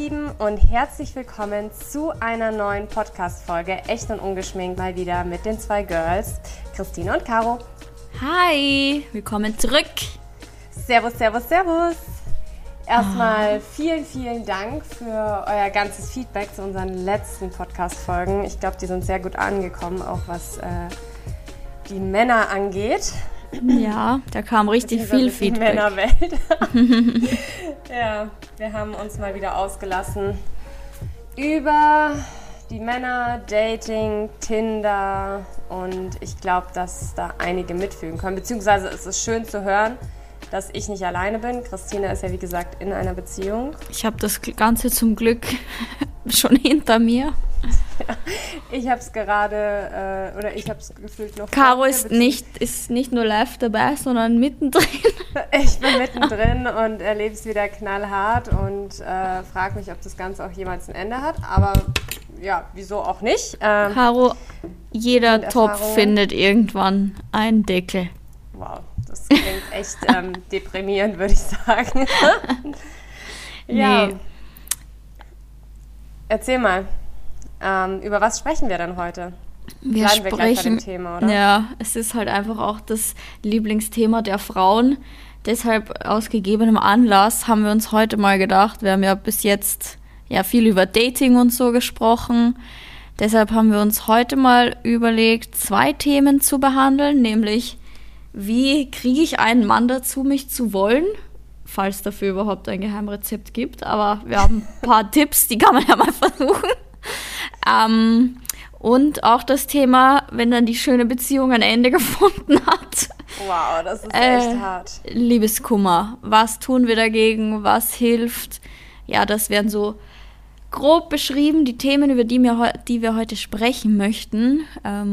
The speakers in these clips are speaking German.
Lieben und herzlich willkommen zu einer neuen Podcast-Folge Echt und Ungeschminkt, mal wieder mit den zwei Girls, Christine und Caro. Hi, willkommen zurück. Servus, servus, servus. Erstmal vielen Dank für euer ganzes Feedback zu unseren letzten Podcast-Folgen. Ich glaube, die sind sehr gut angekommen, auch was die Männer angeht. Ja, da kam richtig viel Feedback. Die Männerwelt. Ja, wir haben uns mal wieder ausgelassen über die Männer, Dating, Tinder und ich glaube, dass da einige mitfühlen können. Beziehungsweise es ist schön zu hören, dass ich nicht alleine bin. Christine ist ja wie gesagt in einer Beziehung. Ich habe das Ganze zum Glück schon hinter mir. Ja, ich habe es gerade, oder ich habe es gefühlt noch. Caro ist nicht nur live dabei, sondern mittendrin. Ich bin mittendrin und erlebe es wieder knallhart und frage mich, ob das Ganze auch jemals ein Ende hat. Aber ja, wieso auch nicht? Caro, jeder Topf findet irgendwann einen Deckel. Wow, das klingt echt deprimierend, würde ich sagen. Ja. Nee. Erzähl mal. Über was sprechen wir denn heute? Bleiben wir gleich bei dem Thema, oder? Ja, es ist halt einfach auch das Lieblingsthema der Frauen. Deshalb aus gegebenem Anlass haben wir uns heute mal gedacht, wir haben ja bis jetzt viel über Dating und so gesprochen. Deshalb haben wir uns heute mal überlegt, 2 Themen zu behandeln, nämlich wie kriege ich einen Mann dazu, mich zu wollen? Falls dafür überhaupt ein Geheimrezept gibt. Aber wir haben ein paar Tipps, die kann man ja mal versuchen. Und auch das Thema, wenn dann die schöne Beziehung ein Ende gefunden hat. Wow, das ist echt hart. Liebeskummer. Was tun wir dagegen? Was hilft? Ja, das werden so grob beschrieben, die Themen, über die wir heute sprechen möchten.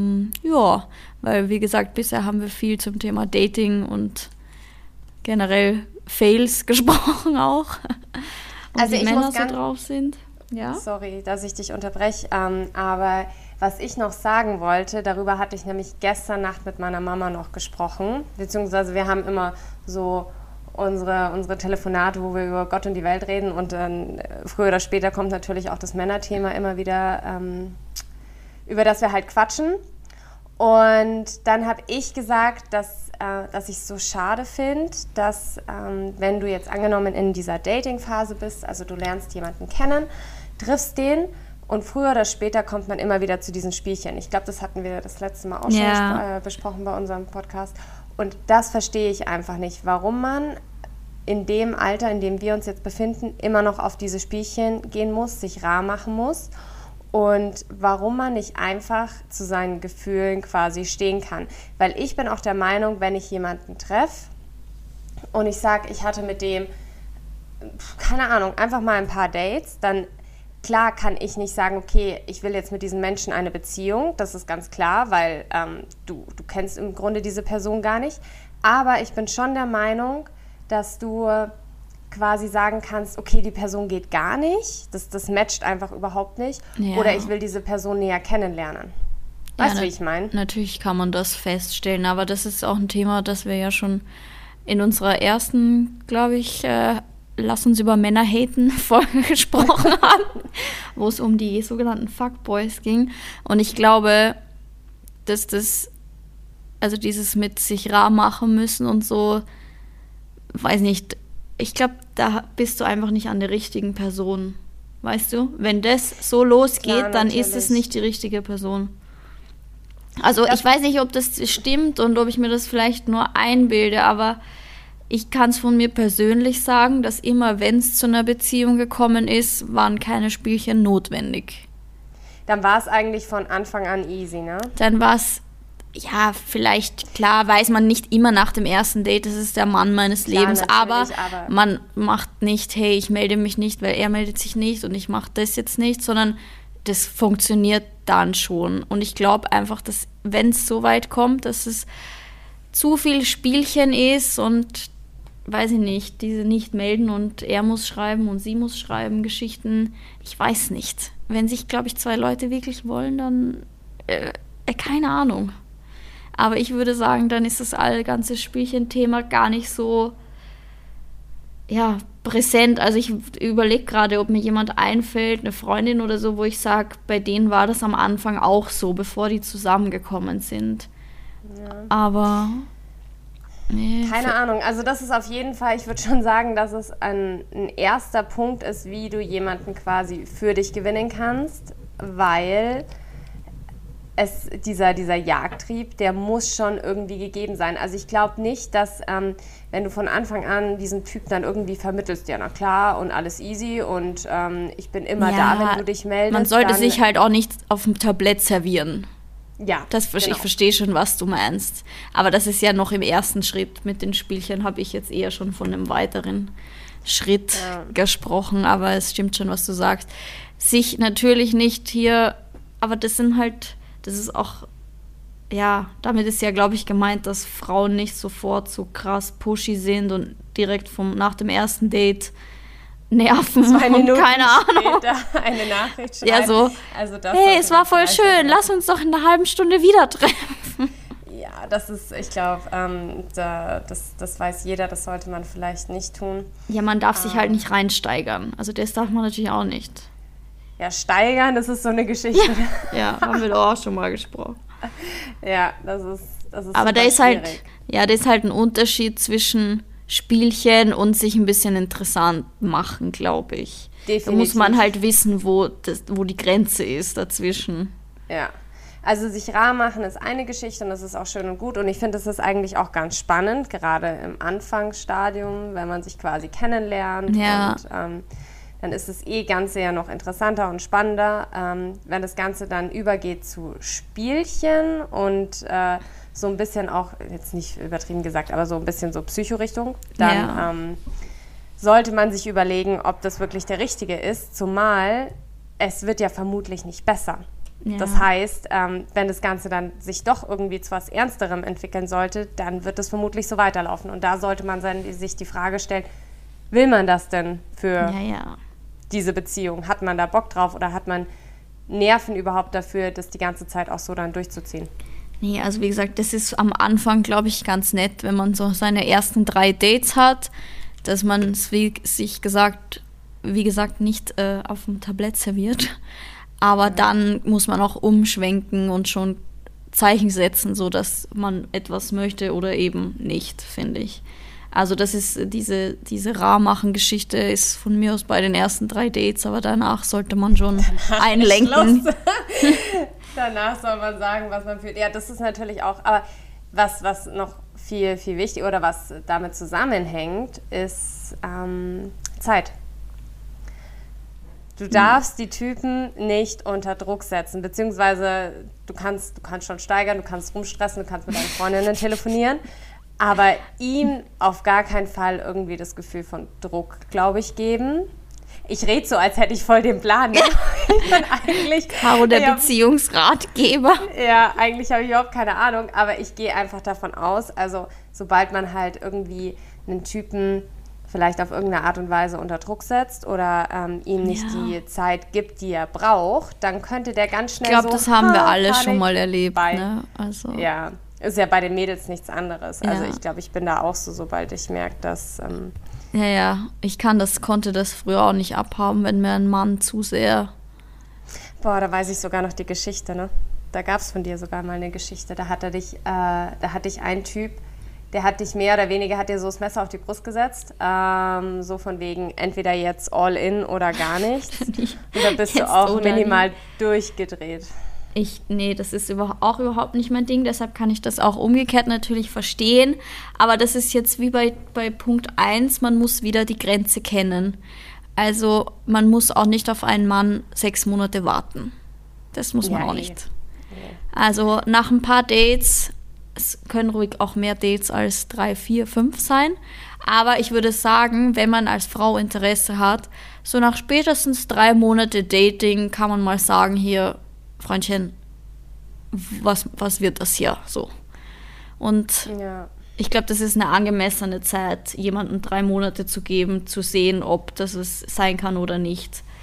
Weil wie gesagt, bisher haben wir viel zum Thema Dating und generell Fails gesprochen auch. Und also wie Männer so drauf sind. Ja? Sorry, dass ich dich unterbreche, aber was ich noch sagen wollte, darüber hatte ich nämlich gestern Nacht mit meiner Mama noch gesprochen, beziehungsweise wir haben immer so unsere Telefonate, wo wir über Gott und die Welt reden und dann früher oder später kommt natürlich auch das Männerthema immer wieder, über das wir halt quatschen. Und dann habe ich gesagt, dass ich es so schade finde, dass wenn du jetzt angenommen in dieser Dating-Phase bist, also du lernst jemanden kennen, triffst den und früher oder später kommt man immer wieder zu diesen Spielchen. Ich glaube, das hatten wir das letzte Mal auch schon besprochen bei unserem Podcast. Und das verstehe ich einfach nicht, warum man in dem Alter, in dem wir uns jetzt befinden, immer noch auf diese Spielchen gehen muss, sich rar machen muss. Und warum man nicht einfach zu seinen Gefühlen quasi stehen kann. Weil ich bin auch der Meinung, wenn ich jemanden treffe und ich sage, ich hatte mit dem, keine Ahnung, einfach mal ein paar Dates, dann klar kann ich nicht sagen, okay, ich will jetzt mit diesem Menschen eine Beziehung, das ist ganz klar, weil du kennst im Grunde diese Person gar nicht. Aber ich bin schon der Meinung, dass du quasi sagen kannst, okay, die Person geht gar nicht, das matcht einfach überhaupt nicht, oder ich will diese Person näher kennenlernen. Weißt du, wie ich meine? Natürlich kann man das feststellen, aber das ist auch ein Thema, das wir ja schon in unserer ersten, glaube ich, Lass uns über Männer haten Folge gesprochen haben, wo es um die sogenannten Fuckboys ging. Und ich glaube, dass also dieses mit sich rar machen müssen und so, weiß nicht, ich glaube, da bist du einfach nicht an der richtigen Person. Weißt du? Wenn das so losgeht, dann ist es nicht die richtige Person. Also ich weiß nicht, ob das stimmt und ob ich mir das vielleicht nur einbilde, aber ich kann es von mir persönlich sagen, dass immer, wenn es zu einer Beziehung gekommen ist, waren keine Spielchen notwendig. Dann war es eigentlich von Anfang an easy, ne? Dann war es, ja, vielleicht, klar, weiß man nicht immer nach dem ersten Date, das ist der Mann meines Lebens, aber man macht nicht, hey, ich melde mich nicht, weil er meldet sich nicht und ich mache das jetzt nicht, sondern das funktioniert dann schon. Und ich glaube einfach, dass, wenn es so weit kommt, dass es zu viel Spielchen ist und weiß ich nicht, diese nicht melden und er muss schreiben und sie muss schreiben, Geschichten, ich weiß nicht. Wenn sich, glaube ich, 2 Leute wirklich wollen, dann, keine Ahnung. Aber ich würde sagen, dann ist das ganze Spielchen-Thema gar nicht so ja, präsent. Also ich überlege gerade, ob mir jemand einfällt, eine Freundin oder so, wo ich sage, bei denen war das am Anfang auch so, bevor die zusammengekommen sind. Ja. Aber nee, keine Ahnung, also das ist auf jeden Fall, ich würde schon sagen, dass es ein erster Punkt ist, wie du jemanden quasi für dich gewinnen kannst, weil dieser Jagdtrieb, der muss schon irgendwie gegeben sein. Also ich glaube nicht, dass wenn du von Anfang an diesen Typ dann irgendwie vermittelst, ja na klar und alles easy und ich bin immer da, wenn du dich meldest. Man sollte sich halt auch nicht auf dem Tablett servieren. Ja, genau. Ich verstehe schon, was du meinst. Aber das ist ja noch im ersten Schritt. Mit den Spielchen habe ich jetzt eher schon von einem weiteren Schritt gesprochen. Aber es stimmt schon, was du sagst. Sich natürlich nicht hier, aber das ist auch, ja, damit ist ja, glaube ich, gemeint, dass Frauen nicht sofort so krass pushy sind und direkt nach dem ersten Date nerven 2 Minuten und keine Ahnung. Später eine Nachricht schreiben. Ja, so, also hey, es war voll schön, lass uns doch in einer halben Stunde wieder treffen. Ja, das ist, ich glaube, das weiß jeder, das sollte man vielleicht nicht tun. Ja, man darf sich halt nicht reinsteigern. Also das darf man natürlich auch nicht. Ja, steigern, das ist so eine Geschichte. Ja, haben wir doch auch schon mal gesprochen. Ja, das ist aber da ist halt, ja, das ist halt ein Unterschied zwischen Spielchen und sich ein bisschen interessant machen, glaube ich. Definitiv. Da muss man halt wissen, wo die Grenze ist dazwischen. Ja, also sich rar machen ist eine Geschichte und das ist auch schön und gut und ich finde, das ist eigentlich auch ganz spannend, gerade im Anfangsstadium, wenn man sich quasi kennenlernt und dann ist es ganz sehr noch interessanter und spannender, wenn das Ganze dann übergeht zu Spielchen und so ein bisschen auch, jetzt nicht übertrieben gesagt, aber so ein bisschen so Psychorichtung, dann sollte man sich überlegen, ob das wirklich der Richtige ist, zumal es wird ja vermutlich nicht besser. Ja. Das heißt, wenn das Ganze dann sich doch irgendwie zu was Ernsterem entwickeln sollte, dann wird es vermutlich so weiterlaufen und da sollte man sich die Frage stellen, will man das denn für diese Beziehung? Hat man da Bock drauf oder hat man Nerven überhaupt dafür, das die ganze Zeit auch so dann durchzuziehen? Nee, also wie gesagt, das ist am Anfang, glaube ich, ganz nett, wenn man so seine ersten 3 Dates hat, dass man es, wie gesagt, nicht auf dem Tablett serviert. Aber dann muss man auch umschwenken und schon Zeichen setzen, sodass man etwas möchte oder eben nicht, finde ich. Also das ist diese Rar-Machen-Geschichte ist von mir aus bei den ersten 3 Dates, aber danach sollte man schon einlenken. Danach soll man sagen, was man fühlt. Ja, das ist natürlich auch, aber was noch viel, viel wichtiger oder was damit zusammenhängt, ist Zeit. Du darfst die Typen nicht unter Druck setzen, beziehungsweise du kannst schon steigern, du kannst rumstressen, du kannst mit deinen Freundinnen telefonieren, aber ihm auf gar keinen Fall irgendwie das Gefühl von Druck, glaube ich, geben. Ich rede so, als hätte ich voll den Plan. Ne? Ich bin eigentlich Caro, der Beziehungsratgeber. Ja, eigentlich habe ich überhaupt keine Ahnung, aber ich gehe einfach davon aus, also sobald man halt irgendwie einen Typen vielleicht auf irgendeine Art und Weise unter Druck setzt oder ihm nicht die Zeit gibt, die er braucht, dann könnte der ganz schnell ich glaube, das haben wir alle schon mal erlebt. Ne? Also. Ja, ist ja bei den Mädels nichts anderes. Also ich glaube, ich bin da auch so, sobald ich merke, dass... ich konnte das früher auch nicht abhaben, wenn mir ein Mann zu sehr... Boah, da weiß ich sogar noch die Geschichte, ne? Da gab es von dir sogar mal eine Geschichte. Da hatte dich ein Typ, der hat dich mehr oder weniger, hat dir so das Messer auf die Brust gesetzt, so von wegen entweder jetzt all in oder gar nichts. Und da bist du auch minimal durchgedreht. Nee, das ist auch überhaupt nicht mein Ding, deshalb kann ich das auch umgekehrt natürlich verstehen. Aber das ist jetzt wie bei Punkt 1, man muss wieder die Grenze kennen. Also man muss auch nicht auf einen Mann 6 Monate warten. Das muss man auch nicht. Also nach ein paar Dates, es können ruhig auch mehr Dates als 3, 4, 5 sein. Aber ich würde sagen, wenn man als Frau Interesse hat, so nach spätestens 3 Monate Dating kann man mal sagen, hier, Freundchen, was wird das hier so? Und ich glaube, das ist eine angemessene Zeit, jemandem 3 Monate zu geben, zu sehen, ob das es sein kann oder nicht.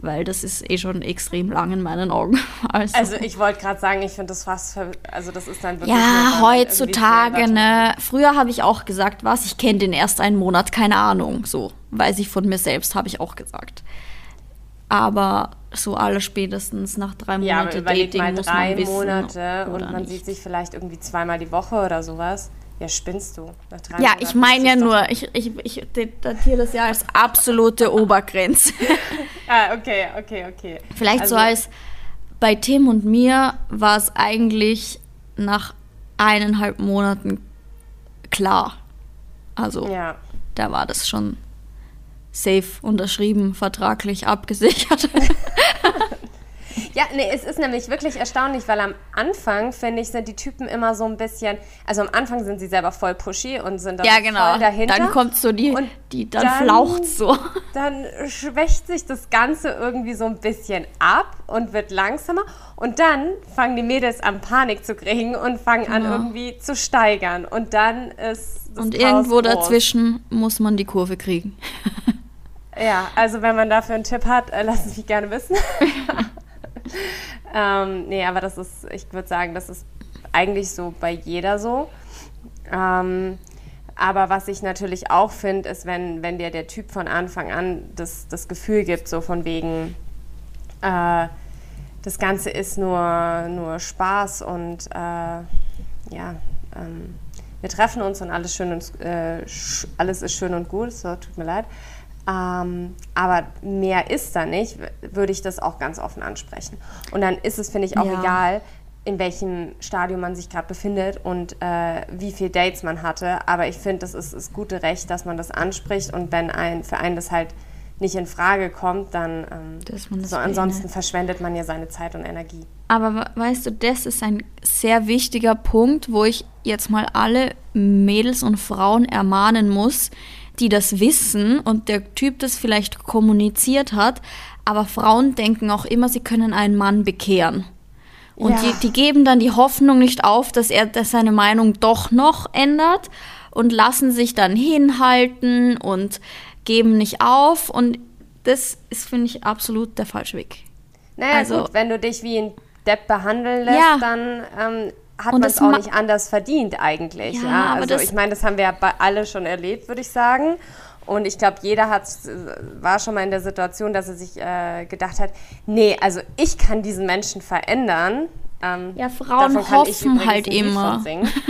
weil das ist eh schon extrem lang in meinen Augen. Also ich wollte gerade sagen, ich finde das fast, also das ist dann wirklich... Ja, heutzutage, ne? Früher habe ich auch gesagt, ich kenne den erst einen Monat, keine Ahnung, so. Weiß ich von mir selbst, habe ich auch gesagt. Aber so spätestens nach 3 Monate Dating muss man wissen. 3 Monate und man sieht sich vielleicht irgendwie 2-mal die Woche oder sowas. Ja, spinnst du. Nach 3 Monaten ich meine ja nur, ich datiere das ja als absolute Obergrenze. Okay. Vielleicht also, so als bei Tim und mir war es eigentlich nach 1,5 Monaten klar. Also da war das schon safe unterschrieben, vertraglich abgesichert. Ja, nee, es ist nämlich wirklich erstaunlich, weil am Anfang, finde ich, sind die Typen immer so ein bisschen, also am Anfang sind sie selber voll pushy und sind dann voll dahinter. Dann kommt so dann flaucht's so. Dann schwächt sich das Ganze irgendwie so ein bisschen ab und wird langsamer und dann fangen die Mädels an, Panik zu kriegen und fangen an, irgendwie zu steigern und dann ist das Und Chaos irgendwo groß. Dazwischen muss man die Kurve kriegen. Ja, also wenn man dafür einen Tipp hat, lasst es mich gerne wissen. Nee, aber ich würde sagen, das ist eigentlich so bei jeder so. Aber was ich natürlich auch finde, ist, wenn dir der Typ von Anfang an das Gefühl gibt, so von wegen, das Ganze ist nur Spaß und wir treffen uns und alles ist schön und gut, so, tut mir leid. Aber mehr ist da nicht, würde ich das auch ganz offen ansprechen. Und dann ist es, finde ich, auch egal, in welchem Stadium man sich gerade befindet und wie viele Dates man hatte. Aber ich finde, das ist das gute Recht, dass man das anspricht. Und wenn für einen das halt nicht in Frage kommt, dann ansonsten verschwendet man ja seine Zeit und Energie. Aber weißt du, das ist ein sehr wichtiger Punkt, wo ich jetzt mal alle Mädels und Frauen ermahnen muss, die das wissen und der Typ das vielleicht kommuniziert hat, aber Frauen denken auch immer, sie können einen Mann bekehren. Und die geben dann die Hoffnung nicht auf, dass er seine Meinung doch noch ändert und lassen sich dann hinhalten und geben nicht auf. Und das ist, finde ich, absolut der falsche Weg. Naja, gut, wenn du dich wie ein Depp behandeln lässt, dann hat man es auch nicht anders verdient eigentlich. Ja? Also ich meine, das haben wir ja alle schon erlebt, würde ich sagen. Und ich glaube, jeder war schon mal in der Situation, dass er sich gedacht hat, nee, also ich kann diesen Menschen verändern. Frauen hoffen halt immer.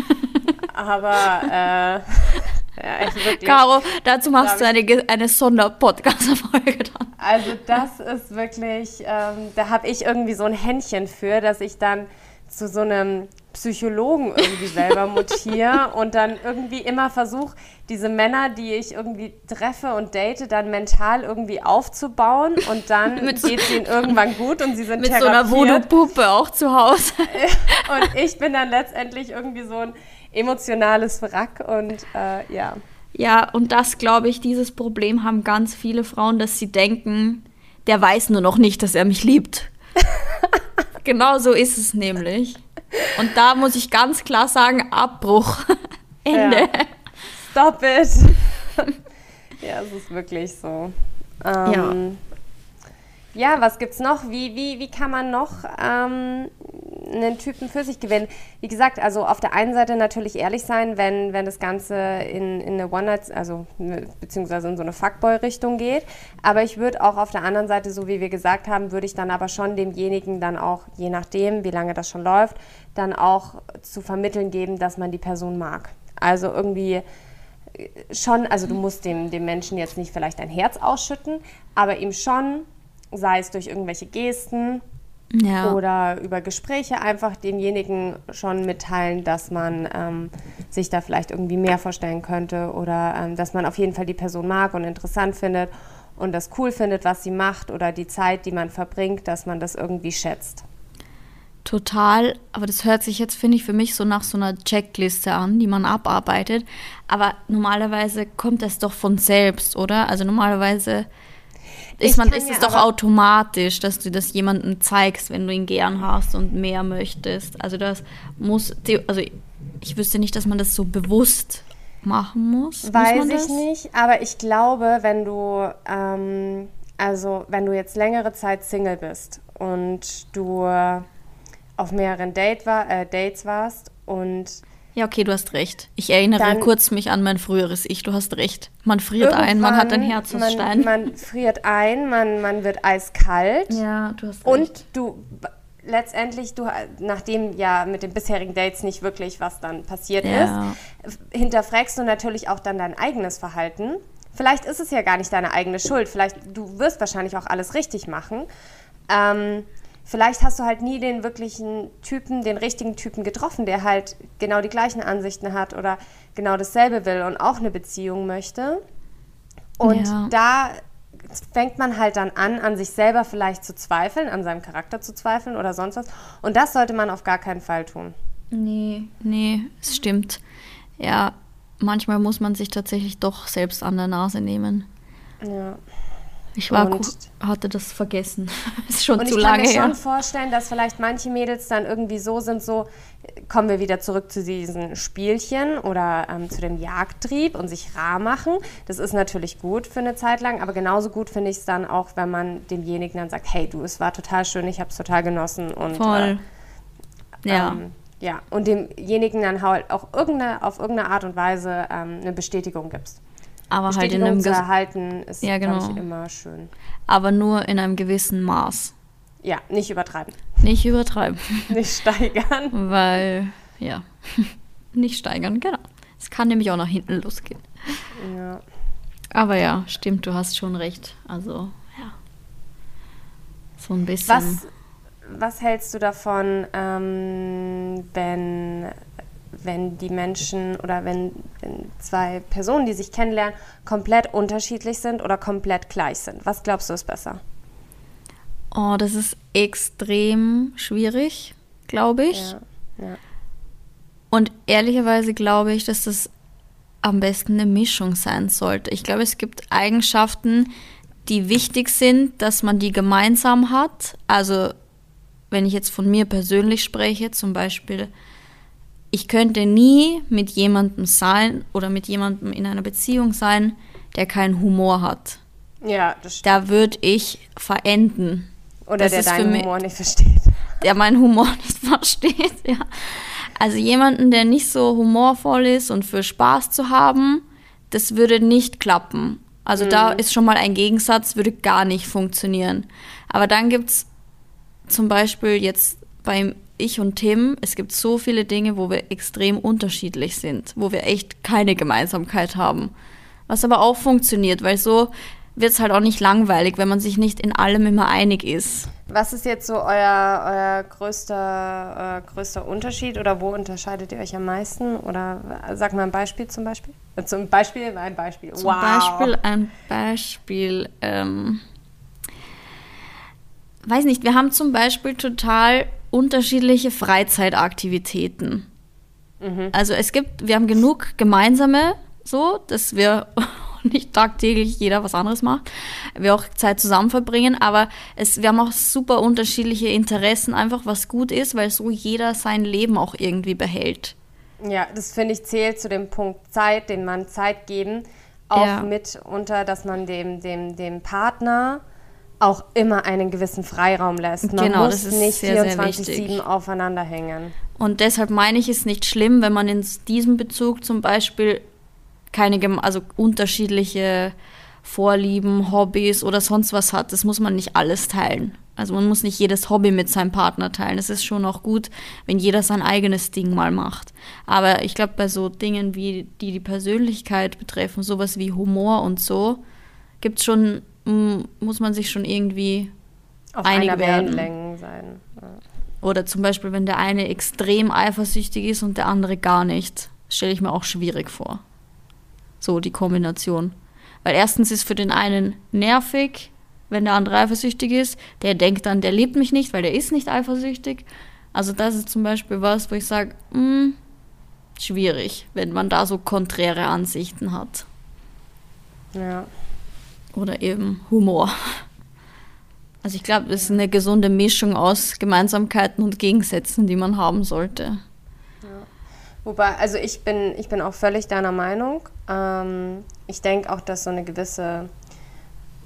Aber echt wirklich. Caro, dazu machst du eine Sonderpodcast-Folge dann. Also das ist wirklich, da habe ich irgendwie so ein Händchen für, dass ich dann zu so einem Psychologen irgendwie selber mutiere und dann irgendwie immer versuche, diese Männer, die ich irgendwie treffe und date, dann mental irgendwie aufzubauen und dann geht es ihnen irgendwann gut und sie sind mit therapiert. So einer Voodoo-Puppe auch zu Hause. Und ich bin dann letztendlich irgendwie so ein emotionales Wrack und ja. Ja, und das, glaube ich, dieses Problem haben ganz viele Frauen, dass sie denken, der weiß nur noch nicht, dass er mich liebt. Genau so ist es nämlich. Und da muss ich ganz klar sagen, Abbruch. Ende. Ja. Stop it. Ja, es ist wirklich so. Ja, was gibt's noch? Wie kann man noch einen Typen für sich gewinnen? Wie gesagt, also auf der einen Seite natürlich ehrlich sein, wenn das Ganze in eine One-Night, also beziehungsweise in so eine Fuckboy-Richtung geht. Aber ich würde auch auf der anderen Seite, so wie wir gesagt haben, würde ich dann aber schon demjenigen dann auch, je nachdem, wie lange das schon läuft, dann auch zu vermitteln geben, dass man die Person mag. Also irgendwie schon, also du musst dem Menschen jetzt nicht vielleicht ein Herz ausschütten, aber ihm schon, sei es durch irgendwelche Gesten oder über Gespräche, einfach demjenigen schon mitteilen, dass man sich da vielleicht irgendwie mehr vorstellen könnte oder dass man auf jeden Fall die Person mag und interessant findet und das cool findet, was sie macht oder die Zeit, die man verbringt, dass man das irgendwie schätzt. Total, aber das hört sich jetzt, finde ich, für mich so nach so einer Checkliste an, die man abarbeitet. Aber normalerweise kommt das doch von selbst, oder? Also normalerweise ist es doch automatisch, dass du das jemandem zeigst, wenn du ihn gern hast und mehr möchtest. Also ich wüsste nicht, dass man das so bewusst machen muss. Weiß ich nicht, aber ich glaube, wenn du Also wenn du jetzt längere Zeit Single bist und du auf mehreren Dates warst und Ja, okay, du hast recht. Ich erinnere dann kurz mich an mein früheres Ich. Du hast recht. Man friert ein, man hat ein Herz aus Stein. Man friert ein, man wird eiskalt. Ja, du hast recht. Und letztendlich, nachdem ja mit den bisherigen Dates nicht wirklich was dann passiert ist, hinterfragst du natürlich auch dann dein eigenes Verhalten. Vielleicht ist es ja gar nicht deine eigene Schuld. Du wirst wahrscheinlich auch alles richtig machen. Vielleicht hast du halt nie den richtigen Typen getroffen, der halt genau die gleichen Ansichten hat oder genau dasselbe will und auch eine Beziehung möchte. Und da fängt man halt dann an sich selber vielleicht zu zweifeln, an seinem Charakter zu zweifeln oder sonst was. Und das sollte man auf gar keinen Fall tun. Nee, es stimmt. Ja, manchmal muss man sich tatsächlich doch selbst an der Nase nehmen. Ja. Ich hatte das vergessen. Ist schon zu lange her. Und ich kann mir schon vorstellen, dass vielleicht manche Mädels dann irgendwie so sind, kommen wir wieder zurück zu diesen Spielchen oder zu dem Jagdtrieb und sich rar machen. Das ist natürlich gut für eine Zeit lang, aber genauso gut finde ich es dann auch, wenn man demjenigen dann sagt, hey du, es war total schön, ich habe es total genossen. Und, voll. Und demjenigen dann halt auch auf irgendeine Art und Weise eine Bestätigung gibst. Aber halt in einem zu erhalten ist, genau. glaube ich, immer schön. Aber nur in einem gewissen Maß. Ja, nicht übertreiben. Nicht übertreiben. Nicht steigern. Weil, nicht steigern, genau. Es kann nämlich auch nach hinten losgehen. Ja. Aber ja, stimmt, du hast schon recht. Also, ja. So ein bisschen. Was hältst du davon, wenn die Menschen oder wenn zwei Personen, die sich kennenlernen, komplett unterschiedlich sind oder komplett gleich sind? Was glaubst du ist besser? Oh, das ist extrem schwierig, glaube ich. Ja. Und ehrlicherweise glaube ich, dass das am besten eine Mischung sein sollte. Ich glaube, es gibt Eigenschaften, die wichtig sind, dass man die gemeinsam hat. Also, wenn ich jetzt von mir persönlich spreche, zum Beispiel, ich könnte nie mit jemandem sein oder mit jemandem in einer Beziehung sein, der keinen Humor hat. Ja, das stimmt. Da würde ich verenden. Oder der deinen Humor nicht versteht. Der meinen Humor nicht versteht, ja. Also jemanden, der nicht so humorvoll ist und für Spaß zu haben, das würde nicht klappen. Also da ist schon mal ein Gegensatz, würde gar nicht funktionieren. Aber dann gibt es zum Beispiel jetzt beim Ich und Tim, es gibt so viele Dinge, wo wir extrem unterschiedlich sind, wo wir echt keine Gemeinsamkeit haben. Was aber auch funktioniert, weil so wird es halt auch nicht langweilig, wenn man sich nicht in allem immer einig ist. Was ist jetzt so euer größter Unterschied oder wo unterscheidet ihr euch am meisten? Oder sag mal ein Beispiel zum Beispiel. Zum Beispiel ein Beispiel. Zum Beispiel ein Beispiel. Weiß nicht, wir haben zum Beispiel total unterschiedliche Freizeitaktivitäten. Also wir haben genug gemeinsame, so, dass wir nicht tagtäglich jeder was anderes macht, wir auch Zeit zusammen verbringen, aber wir haben auch super unterschiedliche Interessen, einfach was gut ist, weil so jeder sein Leben auch irgendwie behält. Ja, das finde ich zählt zu dem Punkt Zeit, den man Zeit geben, auch mitunter, dass man dem Partner auch immer einen gewissen Freiraum lässt. Man muss nicht 24/7 aufeinander hängen. Und deshalb meine ich, es nicht schlimm, wenn man in diesem Bezug zum Beispiel also unterschiedliche Vorlieben, Hobbys oder sonst was hat. Das muss man nicht alles teilen. Also man muss nicht jedes Hobby mit seinem Partner teilen. Es ist schon auch gut, wenn jeder sein eigenes Ding mal macht. Aber ich glaube, bei so Dingen, wie die Persönlichkeit betreffen, sowas wie Humor und so, gibt's schon, muss man sich schon irgendwie auf einig einer werden. Wellenlänge sein. Ja. Oder zum Beispiel, wenn der eine extrem eifersüchtig ist und der andere gar nicht. Stelle ich mir auch schwierig vor. So die Kombination. Weil erstens ist für den einen nervig, wenn der andere eifersüchtig ist. Der denkt dann, der liebt mich nicht, weil der ist nicht eifersüchtig. Also das ist zum Beispiel was, wo ich sage, schwierig, wenn man da so konträre Ansichten hat. Ja. Oder eben Humor. Also ich glaube, es ist eine gesunde Mischung aus Gemeinsamkeiten und Gegensätzen, die man haben sollte. Wobei, also ich bin auch völlig deiner Meinung. Ich denke auch, dass so eine gewisse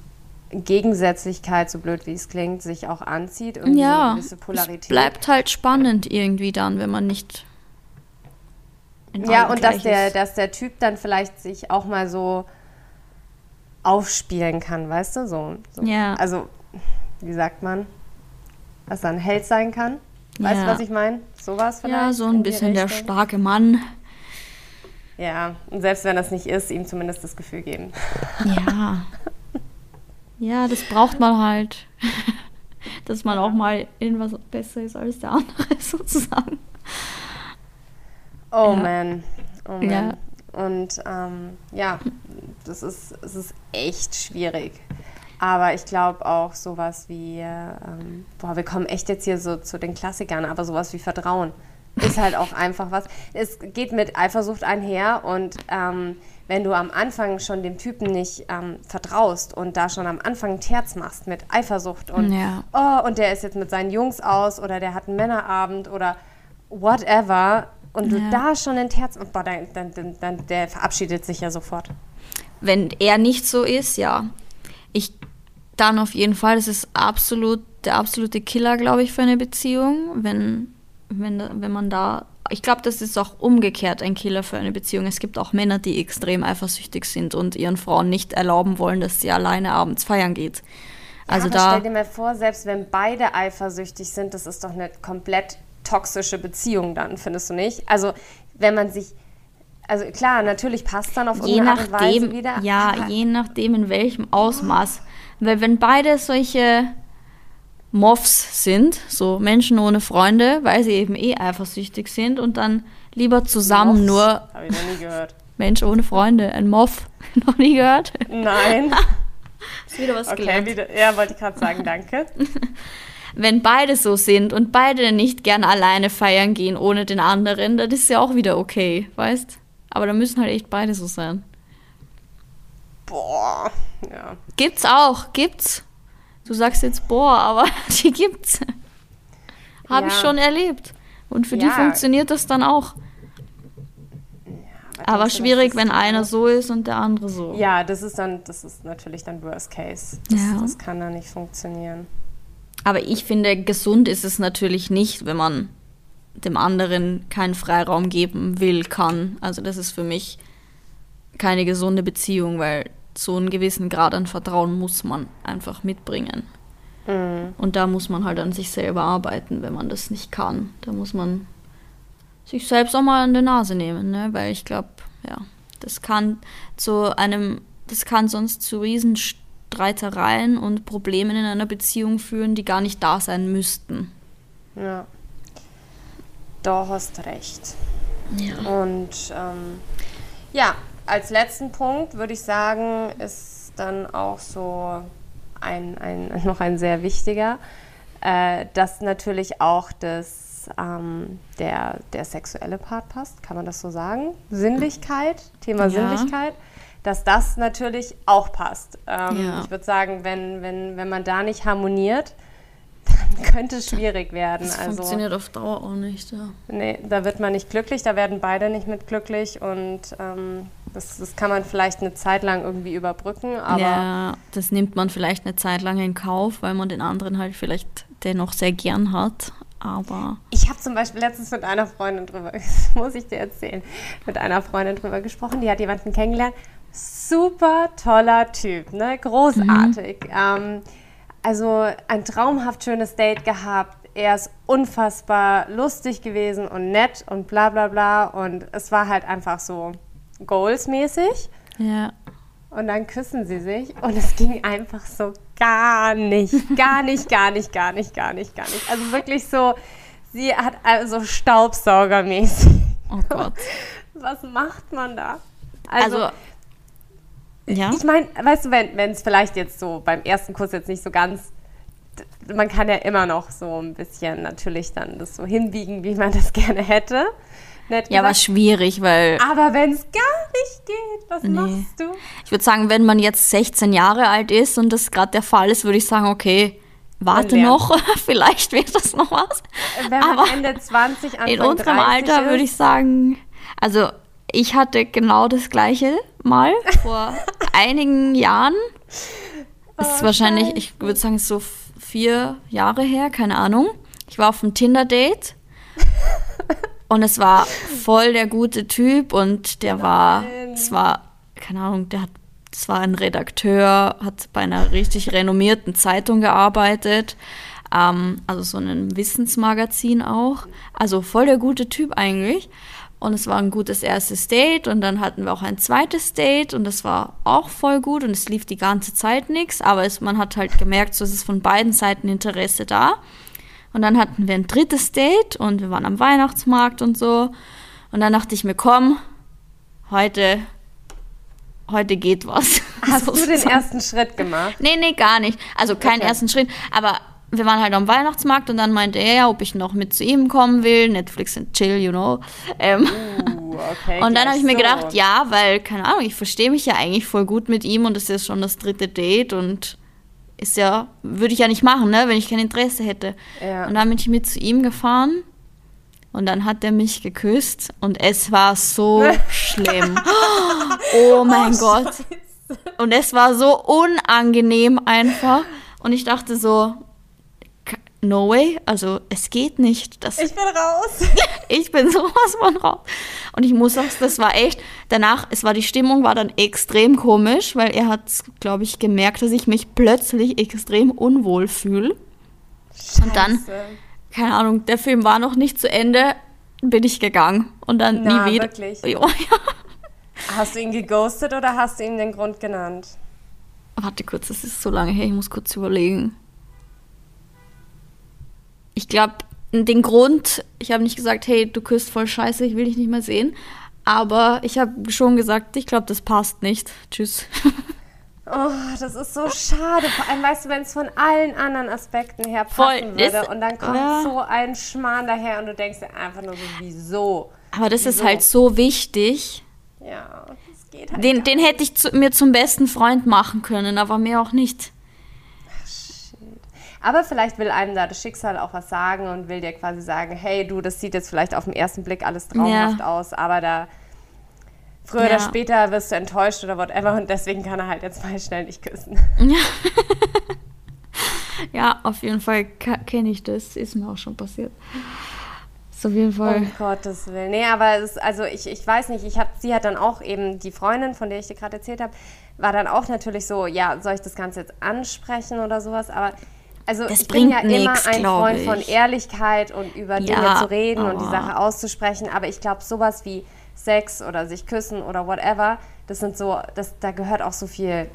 Gegensätzlichkeit, so blöd wie es klingt, sich auch anzieht. Irgendwie so eine gewisse Polarität. Es bleibt halt spannend irgendwie dann, wenn man nicht ja, und dass der Typ dann vielleicht sich auch mal so aufspielen kann, weißt du? So. Ja. Also, wie sagt man? Dass er ein Held sein kann. Weißt du, was ich meine? Sowas vielleicht? Ja, so ein bisschen der starke Mann. Ja, und selbst wenn das nicht ist, ihm zumindest das Gefühl geben. Ja. Ja, das braucht man halt. Dass man auch mal irgendwas besser ist als der andere, sozusagen. Oh man. Ja. Und es ist echt schwierig. Aber ich glaube auch sowas wie, wir kommen echt jetzt hier so zu den Klassikern, aber sowas wie Vertrauen ist halt auch einfach was. Es geht mit Eifersucht einher und wenn du am Anfang schon dem Typen nicht vertraust und da schon am Anfang ein Terz machst mit Eifersucht und und der ist jetzt mit seinen Jungs aus oder der hat einen Männerabend oder whatever und du da schon ein Terz, dann der verabschiedet sich ja sofort. Wenn er nicht so ist, ja. Dann auf jeden Fall, das ist der absolute Killer, glaube ich, für eine Beziehung, wenn man da, ich glaube, das ist auch umgekehrt ein Killer für eine Beziehung. Es gibt auch Männer, die extrem eifersüchtig sind und ihren Frauen nicht erlauben wollen, dass sie alleine abends feiern geht. Also aber stell dir mal vor, selbst wenn beide eifersüchtig sind, das ist doch eine komplett toxische Beziehung dann, findest du nicht? Also wenn man sich, also klar, natürlich passt dann auf irgendeine Art und Weise wieder. Ja, je nachdem in welchem Ausmaß. Weil wenn beide solche Moffs sind, so Menschen ohne Freunde, weil sie eben eifersüchtig sind und dann lieber zusammen Moffs? Habe ich noch nie gehört. Mensch ohne Freunde, ein Moff. Noch nie gehört? Nein. Ist wieder was gelernt. Ja, wollte ich gerade sagen, danke. Wenn beide so sind und beide nicht gern alleine feiern gehen ohne den anderen, dann ist ja auch wieder okay, weißt? Aber da müssen halt echt beide so sein. Boah, ja. Gibt's. Du sagst jetzt, boah, aber die gibt's. Habe ich schon erlebt. Und für die funktioniert das dann auch. Ja, aber schwierig, wenn einer so ist und der andere so. Ja, das ist natürlich dann Worst Case. Das kann dann nicht funktionieren. Aber ich finde, gesund ist es natürlich nicht, wenn man dem anderen keinen Freiraum geben kann. Also das ist für mich keine gesunde Beziehung, weil so einen gewissen Grad an Vertrauen muss man einfach mitbringen. Mhm. Und da muss man halt an sich selber arbeiten, wenn man das nicht kann. Da muss man sich selbst auch mal an die Nase nehmen, ne? Weil ich glaube, das kann sonst zu Riesenstreitereien und Problemen in einer Beziehung führen, die gar nicht da sein müssten. Ja, da hast recht. Ja. Und als letzten Punkt würde ich sagen, ist dann auch so noch ein sehr wichtiger, dass natürlich auch der sexuelle Part passt, kann man das so sagen? Thema Sinnlichkeit, dass das natürlich auch passt. Ich würde sagen, wenn man da nicht harmoniert, dann könnte es schwierig werden. Das funktioniert auf Dauer auch nicht. Ja. Nee, da wird man nicht glücklich, da werden beide nicht mit glücklich und das kann man vielleicht eine Zeit lang irgendwie überbrücken. Aber das nimmt man vielleicht eine Zeit lang in Kauf, weil man den anderen halt vielleicht dennoch sehr gern hat. Aber ich habe zum Beispiel letztens mit einer Freundin drüber gesprochen, die hat jemanden kennengelernt. Super toller Typ, ne? Großartig. Also ein traumhaft schönes Date gehabt. Er ist unfassbar lustig gewesen und nett und bla bla bla. Und es war halt einfach so goalsmäßig. Ja. Und dann küssen sie sich und es ging einfach so gar nicht. Also wirklich so, sie hat also Staubsaugermäßig. Oh Gott. Was macht man da? Also ja. Ich meine, weißt du, wenn es vielleicht jetzt so beim ersten Kuss jetzt nicht so ganz, man kann ja immer noch so ein bisschen natürlich dann das so hinbiegen, wie man das gerne hätte. Ja, aber schwierig, weil... Aber wenn es gar nicht geht, was machst du? Ich würde sagen, wenn man jetzt 16 Jahre alt ist und das gerade der Fall ist, würde ich sagen, okay, warte noch, vielleicht wird das noch was. Wenn man aber Ende 20, Anfang 30 in unserem Alter würde ich sagen, also ich hatte genau das Gleiche mal vor einigen Jahren. Es ist wahrscheinlich, ich würde sagen, es ist so 4 Jahre her, keine Ahnung. Ich war auf einem Tinder-Date und es war voll der gute Typ und es war, keine Ahnung, das war ein Redakteur, hat bei einer richtig renommierten Zeitung gearbeitet, also so einem Wissensmagazin auch. Also voll der gute Typ eigentlich. Und es war ein gutes erstes Date und dann hatten wir auch ein zweites Date und das war auch voll gut und es lief die ganze Zeit nichts, aber man hat halt gemerkt, so es ist von beiden Seiten Interesse da. Und dann hatten wir ein drittes Date und wir waren am Weihnachtsmarkt und so. Und dann dachte ich mir, komm, heute geht was. Hast du den ersten Schritt gemacht? Nee, gar nicht. Also keinen ersten Schritt, aber wir waren halt am Weihnachtsmarkt und dann meinte er, ob ich noch mit zu ihm kommen will. Netflix and chill, you know. Okay, und dann habe ich mir gedacht, ja, weil, keine Ahnung, ich verstehe mich ja eigentlich voll gut mit ihm und es ist schon das 3. Date und ist ja, würde ich ja nicht machen, ne, wenn ich kein Interesse hätte. Ja. Und dann bin ich mit zu ihm gefahren und dann hat er mich geküsst und es war so schlimm. Oh mein Gott. Scheiße. Und es war so unangenehm einfach und ich dachte so, no way, also es geht nicht. Ich bin raus. Ich bin sowas von raus. Und ich muss sagen, das war echt, danach, die Stimmung war dann extrem komisch, weil er hat, glaube ich, gemerkt, dass ich mich plötzlich extrem unwohl fühle. Und dann, keine Ahnung, der Film war noch nicht zu Ende, bin ich gegangen. Und dann nie wieder. Wirklich? Ja. Hast du ihn geghostet oder hast du ihm den Grund genannt? Warte kurz, das ist so lange her, ich muss kurz überlegen. Ich glaube, den Grund, ich habe nicht gesagt, hey, du küsst voll scheiße, ich will dich nicht mehr sehen. Aber ich habe schon gesagt, ich glaube, das passt nicht. Tschüss. Oh, das ist so schade. Vor allem, weißt du, wenn es von allen anderen Aspekten her passen würde und dann kommt so ein Schmarrn daher und du denkst dir einfach nur so, wieso? Aber das ist halt so wichtig. Ja, das geht halt Den hätte ich mir zum besten Freund machen können, aber mir auch nicht. Aber vielleicht will einem da das Schicksal auch was sagen und will dir quasi sagen, hey du, das sieht jetzt vielleicht auf den ersten Blick alles traumhaft aus, aber da früher oder später wirst du enttäuscht oder whatever und deswegen kann er halt jetzt mal schnell nicht küssen. Ja, auf jeden Fall kenne ich das, ist mir auch schon passiert. Ist auf jeden Fall. Um Gottes Willen. Nee, aber ich weiß nicht, sie hat dann auch eben, die Freundin, von der ich dir gerade erzählt habe, war dann auch natürlich so, ja, soll ich das Ganze jetzt ansprechen oder sowas, aber also das ich bin ja nix, immer ein Freund von Ehrlichkeit und über Dinge zu reden und die Sache auszusprechen, aber ich glaube, sowas wie Sex oder sich küssen oder whatever, das sind so, da gehört auch so viel,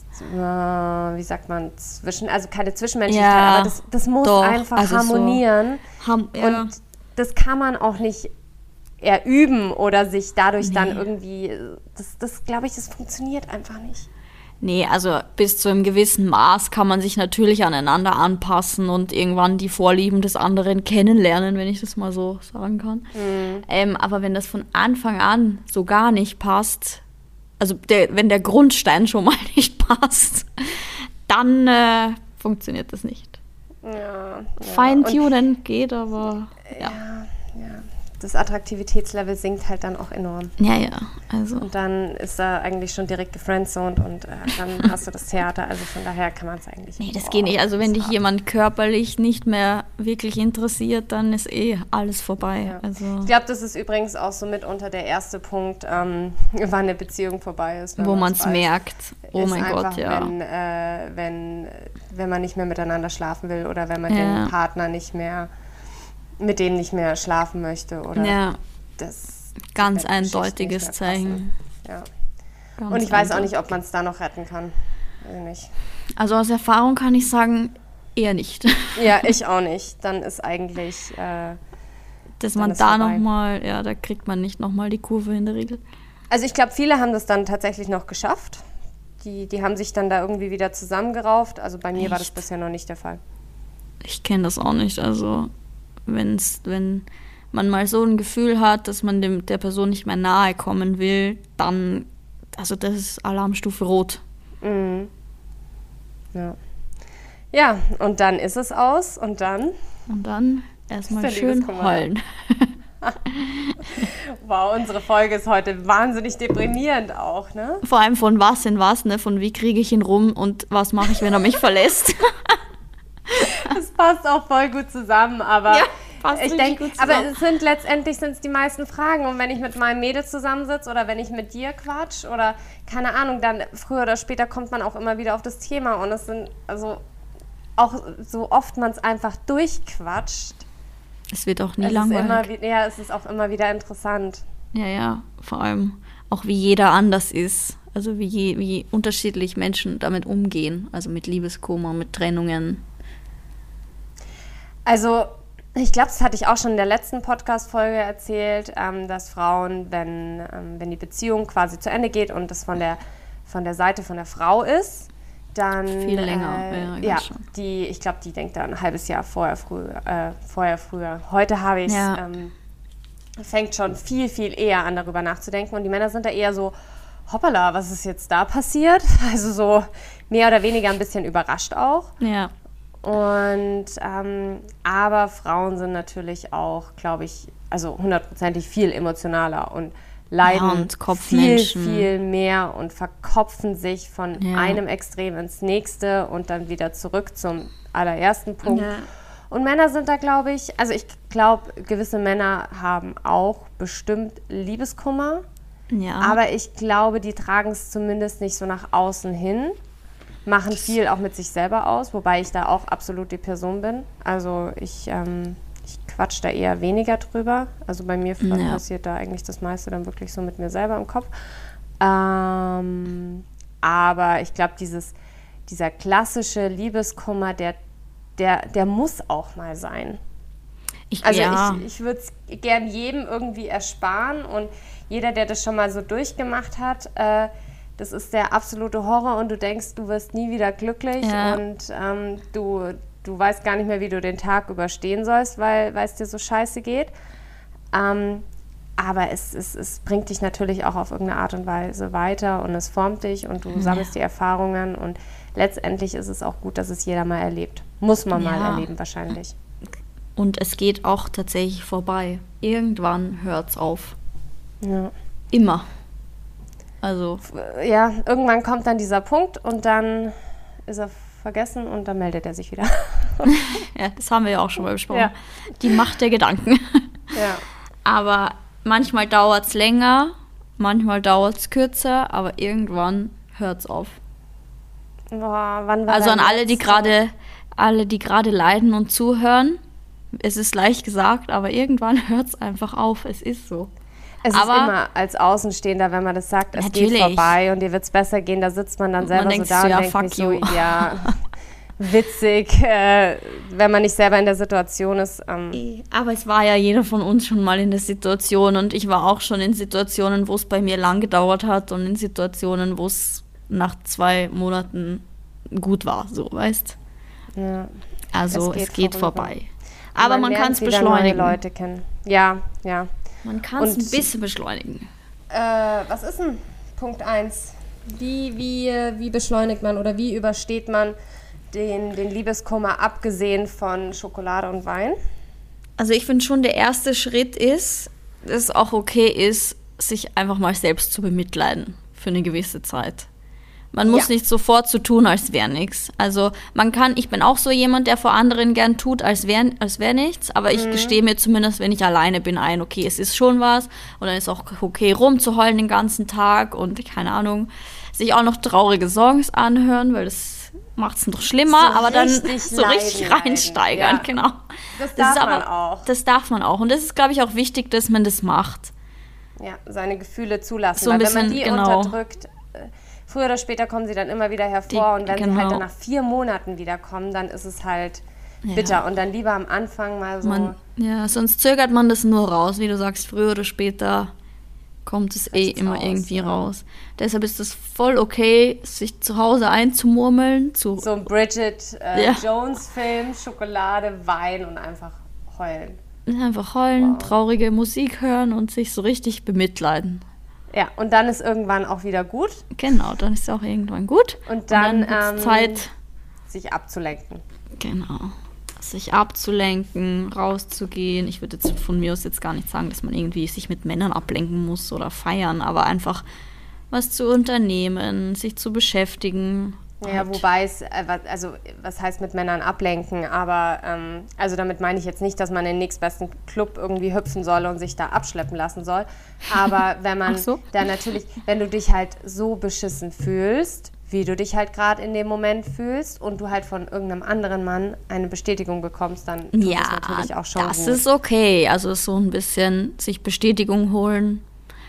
wie sagt man, also keine Zwischenmenschlichkeit, aber das muss einfach harmonieren und das kann man auch nicht erüben oder sich dadurch dann irgendwie, das glaube ich, das funktioniert einfach nicht. Nee, also bis zu einem gewissen Maß kann man sich natürlich aneinander anpassen und irgendwann die Vorlieben des anderen kennenlernen, wenn ich das mal so sagen kann. Aber wenn das von Anfang an so gar nicht passt, also wenn der Grundstein schon mal nicht passt, dann funktioniert das nicht. Ja. Feintunen geht, aber ja. Das Attraktivitätslevel sinkt halt dann auch enorm. Ja, also. Und dann ist er eigentlich schon direkt gefriendzoned und dann hast du das Theater. Also von daher kann man es eigentlich nicht. Nee, das geht nicht. Also wenn dich jemand körperlich nicht mehr wirklich interessiert, dann ist alles vorbei. Ja. Also. Ich glaube, das ist übrigens auch so mitunter der erste Punkt, wann eine Beziehung vorbei ist. Wo man es merkt. Oh mein Gott, ja. Wenn man nicht mehr miteinander schlafen will oder wenn man den Partner mit dem nicht mehr schlafen möchte oder das ganz eindeutiges Zeichen. Ja. Und ich weiß auch nicht, ob man es da noch retten kann. Nicht. Also aus Erfahrung kann ich sagen, eher nicht. Ja, ich auch nicht. Dann ist eigentlich dass man da nochmal, da kriegt man nicht nochmal die Kurve in der Regel. Also ich glaube, viele haben das dann tatsächlich noch geschafft. Die haben sich dann da irgendwie wieder zusammengerauft. Also bei mir war das bisher noch nicht der Fall. Ich kenne das auch nicht. Also wenn man mal so ein Gefühl hat, dass man der Person nicht mehr nahe kommen will, dann, also das ist Alarmstufe Rot. Mhm. Ja, und dann ist es aus und dann? Und dann erstmal schön heulen. Wow, unsere Folge ist heute wahnsinnig deprimierend auch, ne? Vor allem von was in was, ne? Von wie kriege ich ihn rum und was mache ich, wenn er mich verlässt. Das passt auch voll gut zusammen, aber Ja, passt ich richtig denke, gut aber zusammen. es sind letztendlich die meisten Fragen. Und wenn ich mit meinem Mädel zusammensitze oder wenn ich mit dir quatsch oder keine Ahnung, dann früher oder später kommt man auch immer wieder auf das Thema. Und es sind, also auch so oft man es einfach durchquatscht, Es wird auch nie es ist langweilig. es ist auch immer wieder interessant. Ja, vor allem auch wie jeder anders ist. Also wie unterschiedlich Menschen damit umgehen. Also mit Liebeskummer, mit Trennungen. Also, ich glaube, das hatte ich auch schon in der letzten Podcast-Folge erzählt, dass Frauen, wenn die Beziehung quasi zu Ende geht und das von der Seite von der Frau ist, dann Viel länger, ja, ich weiß schon. ich glaube, die denkt dann ein halbes Jahr vorher früher. Heute habe ich Ja. fängt schon viel, viel eher an, darüber nachzudenken. Und die Männer sind da eher so, hoppala, was ist jetzt da passiert? Also so mehr oder weniger ein bisschen überrascht auch. Ja. Und aber Frauen sind natürlich auch, glaube ich, also 100%ig viel emotionaler und leiden Ja, und viel, Kopfmenschen. viel mehr und verkopfen sich von Ja. einem Extrem ins nächste und dann wieder zurück zum allerersten Punkt. Ja. Und Männer sind da, glaube ich, also ich glaube, gewisse Männer haben auch bestimmt Liebeskummer, Ja. aber ich glaube, die tragen es zumindest nicht so nach außen hin, machen viel auch mit sich selber aus, wobei ich da auch absolut die Person bin. Also ich quatsch da eher weniger drüber. Also bei mir Ja. passiert da eigentlich das meiste dann wirklich so mit mir selber im Kopf. Aber ich glaube, dieser klassische Liebeskummer, der muss auch mal sein. Also ja. ich würde es gern jedem irgendwie ersparen und jeder, der das schon mal so durchgemacht hat, das ist der absolute Horror und du denkst, du wirst nie wieder glücklich Ja. und du weißt gar nicht mehr, wie du den Tag überstehen sollst, weil es dir so scheiße geht. Aber es bringt dich natürlich auch auf irgendeine Art und Weise weiter und es formt dich und du sammelst die Erfahrungen und letztendlich ist es auch gut, dass es jeder mal erlebt. Muss man mal Ja. erleben wahrscheinlich. Und es geht auch tatsächlich vorbei. Irgendwann hört's auf. Ja. Immer. Also, Ja, irgendwann kommt dann dieser Punkt und dann ist er vergessen und dann meldet er sich wieder. ja, das haben wir ja auch schon mal besprochen. Ja. Die Macht der Gedanken. Ja. Aber manchmal dauert's länger, manchmal dauert's kürzer, aber irgendwann hört's auf. Boah, wann war Also an dein alle, die letzter- gerade leiden und zuhören. Es ist leicht gesagt, aber irgendwann hört's einfach auf. Es ist so. Es aber- ist immer als Außenstehender, wenn man das sagt, es geht Natürlich. vorbei und dir wird es besser gehen, da sitzt man dann selber so denkt da so, und ja, denkt fuck sich so, you. ja, witzig, wenn man nicht selber in der Situation ist. Aber es war ja jeder von uns schon mal in der Situation und ich war auch schon in Situationen, wo es bei mir lang gedauert hat und in Situationen, wo es nach 2 Monaten gut war, so, weißt? Ja. Also es geht vorüber. vorbei. Aber man lernt kann es wieder beschleunigen. neue Leute kennen. Ja, ja. Man kann es Und- ein bisschen beschleunigen. Was ist denn Punkt 1? Wie beschleunigt man oder wie übersteht man den Liebeskummer, abgesehen von Schokolade und Wein? Also ich finde schon, der erste Schritt ist, dass es auch okay ist, sich einfach mal selbst zu bemitleiden für eine gewisse Zeit. Man muss Ja. nicht sofort so tun, als wäre nichts. Also ich bin auch so jemand, der vor anderen gern tut, als wär nichts, aber ich gestehe mir zumindest, wenn ich alleine bin, ein, okay, es ist schon was und dann ist auch okay, rumzuheulen den ganzen Tag und keine Ahnung, sich auch noch traurige Songs anhören, weil das macht es noch schlimmer, So aber dann richtig so richtig leiden, reinsteigern, ja. genau. Das darf ist man auch. Das darf man auch und das ist, glaube ich, auch wichtig, dass man das macht. Ja, seine Gefühle zulassen. So ein weil wenn man bisschen, die genau. unterdrückt, früher oder später kommen sie dann immer wieder hervor. Und wenn sie halt genau. dann nach 4 Monaten wiederkommen, dann ist es halt bitter. Und dann lieber am Anfang mal so. Sonst zögert man das nur raus, wie du sagst, früher oder später kommt es Bricht's immer raus, irgendwie ja. raus. Deshalb ist es voll okay, sich zu Hause einzumurmeln, so ein Bridget Jones-Film, Schokolade, Wein und einfach heulen. einfach heulen, traurige Musik hören und sich so richtig bemitleiden. Ja, und dann ist irgendwann auch wieder gut. Genau, dann ist es auch irgendwann gut. Und dann, wird's Zeit, sich abzulenken. genau. sich abzulenken, rauszugehen. Ich würde jetzt von mir aus jetzt gar nicht sagen, dass man irgendwie sich mit Männern ablenken muss oder feiern, aber einfach was zu unternehmen, sich zu beschäftigen. Ja, halt. wobei es, also was heißt mit Männern ablenken, aber also damit meine ich jetzt nicht, dass man in den nächstbesten Club irgendwie hüpfen soll und sich da abschleppen lassen soll, aber wenn man da natürlich, wenn du dich halt so beschissen fühlst, wie du dich halt gerade in dem Moment fühlst und du halt von irgendeinem anderen Mann eine Bestätigung bekommst, dann tut es natürlich auch schon das gut. ist okay, also so ein bisschen sich Bestätigung holen,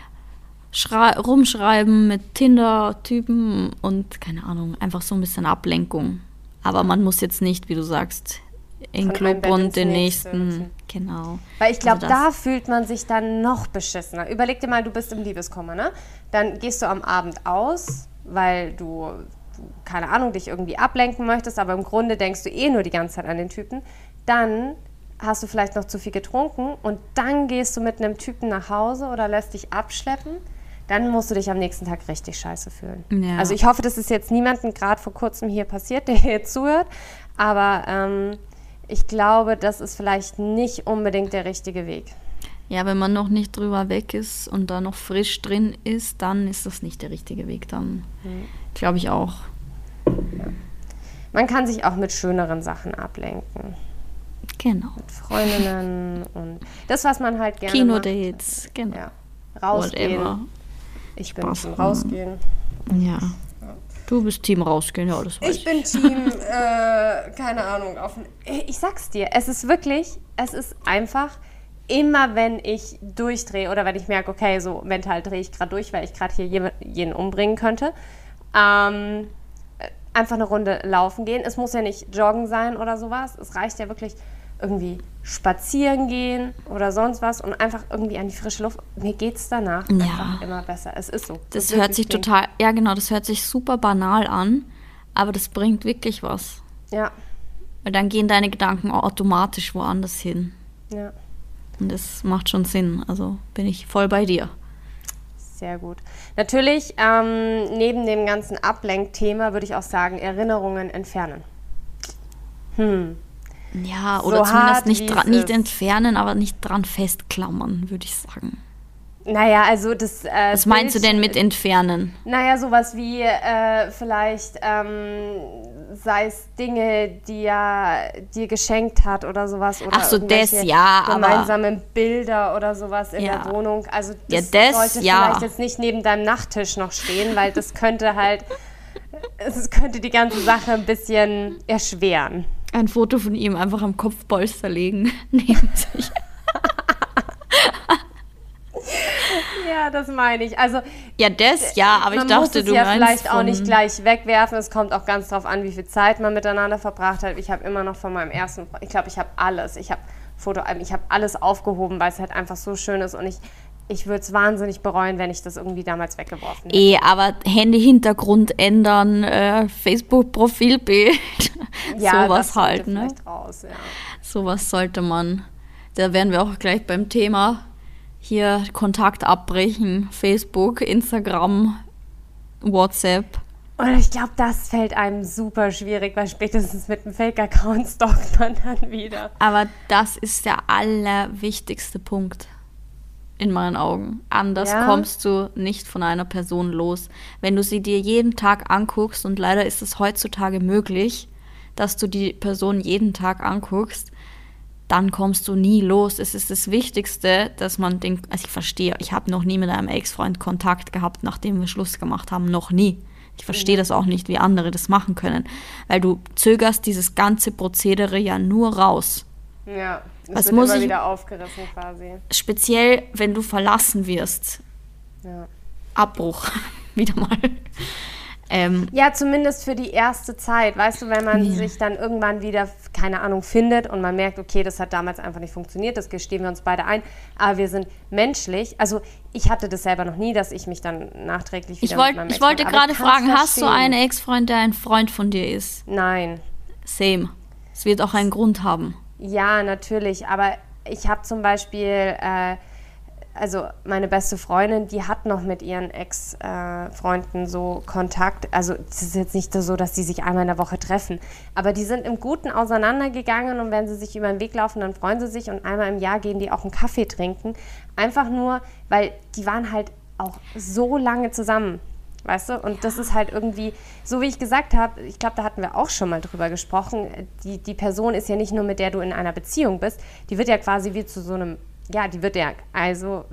rumschreiben mit Tinder-Typen und keine Ahnung, einfach so ein bisschen Ablenkung. Aber man muss jetzt nicht, wie du sagst, in den Club und den nächsten. Genau. Weil ich glaube, da fühlt man sich dann noch beschissener. Überleg dir mal, du bist im Liebeskummer, ne? Dann gehst du am Abend aus, weil du, keine Ahnung, dich irgendwie ablenken möchtest, aber im Grunde denkst du nur die ganze Zeit an den Typen. Dann hast du vielleicht noch zu viel getrunken und dann gehst du mit einem Typen nach Hause oder lässt dich abschleppen. Dann musst du dich am nächsten Tag richtig scheiße fühlen. Ja. Also ich hoffe, das ist jetzt niemandem gerade vor kurzem hier passiert, der jetzt zuhört. Aber ich glaube, das ist vielleicht nicht unbedingt der richtige Weg. Ja, wenn man noch nicht drüber weg ist und da noch frisch drin ist, dann ist das nicht der richtige Weg. Dann glaube ich auch. Ja. Man kann sich auch mit schöneren Sachen ablenken. Genau. Mit Freundinnen und das, was man halt gerne Kinodates, macht. genau. Ja. Rausgehen. Whatever. Ich bin Team Rausgehen. Ja. Du bist Team Rausgehen, ja, das weiß ich. Ich bin Team, keine Ahnung, ich sag's dir, es ist einfach, immer wenn ich durchdrehe oder wenn ich merke, okay, so mental drehe ich gerade durch, weil ich gerade hier jeden umbringen könnte, einfach eine Runde laufen gehen. Es muss ja nicht joggen sein oder sowas. Es reicht ja wirklich irgendwie spazieren gehen oder sonst was und einfach irgendwie an die frische Luft. Mir geht's danach einfach immer besser. Es ist so. Das hört sich total, ja genau, das hört sich super banal an, aber das bringt wirklich was. Ja. Weil dann gehen deine Gedanken automatisch woanders hin. Ja. Und das macht schon Sinn. Also bin ich voll bei dir. Sehr gut. Natürlich, neben dem ganzen Ablenkthema würde ich auch sagen, Erinnerungen entfernen. Ja, oder so zumindest nicht entfernen, aber nicht dran festklammern, würde ich sagen. Naja, also das Was meinst du denn mit entfernen? Naja, sowas wie vielleicht, sei es Dinge, die er dir geschenkt hat oder sowas. Oder ach so, das, ja, gemeinsame aber Bilder oder sowas in der Wohnung. Also das sollte ja vielleicht jetzt nicht neben deinem Nachttisch noch stehen, weil das könnte halt, es könnte die ganze Sache ein bisschen erschweren. Ein Foto von ihm einfach am Kopfpolster legen, neben sich. Ja, das meine ich. Also, ja, das, ja, aber ich dachte, du meinst man muss es ja vielleicht auch nicht gleich wegwerfen. Es kommt auch ganz drauf an, wie viel Zeit man miteinander verbracht hat. Ich habe immer noch von meinem ersten, ich glaube, ich habe alles. Ich habe alles aufgehoben, weil es halt einfach so schön ist und ich würde es wahnsinnig bereuen, wenn ich das irgendwie damals weggeworfen hätte. Aber Handy-Hintergrund ändern, Facebook-Profilbild, ja, sowas das halt, ne? Vielleicht raus, ja. Sowas sollte man, da wären wir auch gleich beim Thema, hier Kontakt abbrechen, Facebook, Instagram, WhatsApp. Und ich glaube, das fällt einem super schwierig, weil spätestens mit einem Fake-Account stalkt man dann wieder. Aber das ist der allerwichtigste Punkt. In meinen Augen. Anders kommst du nicht von einer Person los. Wenn du sie dir jeden Tag anguckst, und leider ist es heutzutage möglich, dass du die Person jeden Tag anguckst, dann kommst du nie los. Es ist das Wichtigste, dass man also ich verstehe, ich habe noch nie mit einem Ex-Freund Kontakt gehabt, nachdem wir Schluss gemacht haben, noch nie. Ich verstehe das auch nicht, wie andere das machen können, weil du zögerst dieses ganze Prozedere ja nur raus. Ja, es wird immer wieder aufgerissen quasi. Speziell, wenn du verlassen wirst. Ja. Abbruch, wieder mal. Ja, zumindest für die erste Zeit. Weißt du, wenn man sich dann irgendwann wieder, keine Ahnung, findet und man merkt, okay, das hat damals einfach nicht funktioniert, das gestehen wir uns beide ein, aber wir sind menschlich. Also ich hatte das selber noch nie, dass ich mich dann nachträglich wieder mit meinem Ich wollte gerade fragen, hast du einen Ex-Freund, der ein Freund von dir ist? Nein. Same. Es wird auch einen Grund haben. Ja, natürlich, aber ich habe zum Beispiel also meine beste Freundin, die hat noch mit ihren Ex-Freunden so Kontakt. Also es ist jetzt nicht so, dass die sich einmal in der Woche treffen. Aber die sind im Guten auseinandergegangen und wenn sie sich über den Weg laufen, dann freuen sie sich und einmal im Jahr gehen die auch einen Kaffee trinken. Einfach nur, weil die waren halt auch so lange zusammen. Weißt du? Und das ist halt irgendwie, so wie ich gesagt habe, ich glaube, da hatten wir auch schon mal drüber gesprochen, die Person ist ja nicht nur, mit der du in einer Beziehung bist, die wird ja quasi wie zu so einem, ja, die wird ja, also,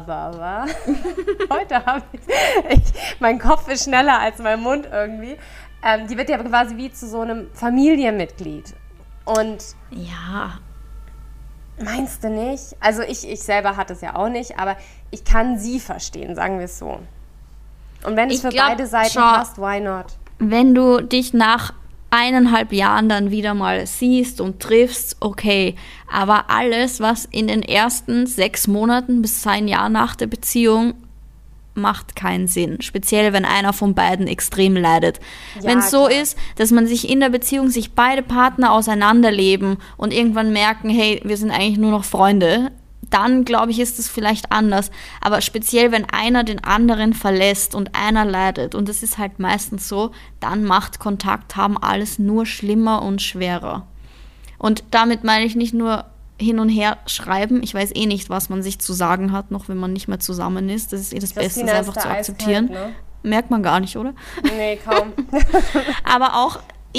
heute habe mein Kopf ist schneller als mein Mund irgendwie, die wird ja quasi wie zu so einem Familienmitglied. Und ja, meinst du nicht? Also ich selber hatte es ja auch nicht, aber ich kann sie verstehen, sagen wir es so. Und wenn es für beide Seiten passt, why not? Wenn du dich nach 1,5 Jahren dann wieder mal siehst und triffst, okay. Aber alles, was in den ersten 6 Monaten bis 1 Jahr nach der Beziehung, macht keinen Sinn. Speziell, wenn einer von beiden extrem leidet. Ja, wenn es so ist, dass man sich in der Beziehung, sich beide Partner auseinanderleben und irgendwann merken, hey, wir sind eigentlich nur noch Freunde, dann, glaube ich, ist es vielleicht anders. Aber speziell, wenn einer den anderen verlässt und einer leidet, und das ist halt meistens so, dann macht Kontakt haben alles nur schlimmer und schwerer. Und damit meine ich nicht nur hin und her schreiben. Ich weiß eh nicht, was man sich zu sagen hat, noch wenn man nicht mehr zusammen ist. Das ist eh das Beste, das einfach zu akzeptieren. Ne? Merkt man gar nicht, oder? Nee, kaum. Aber auch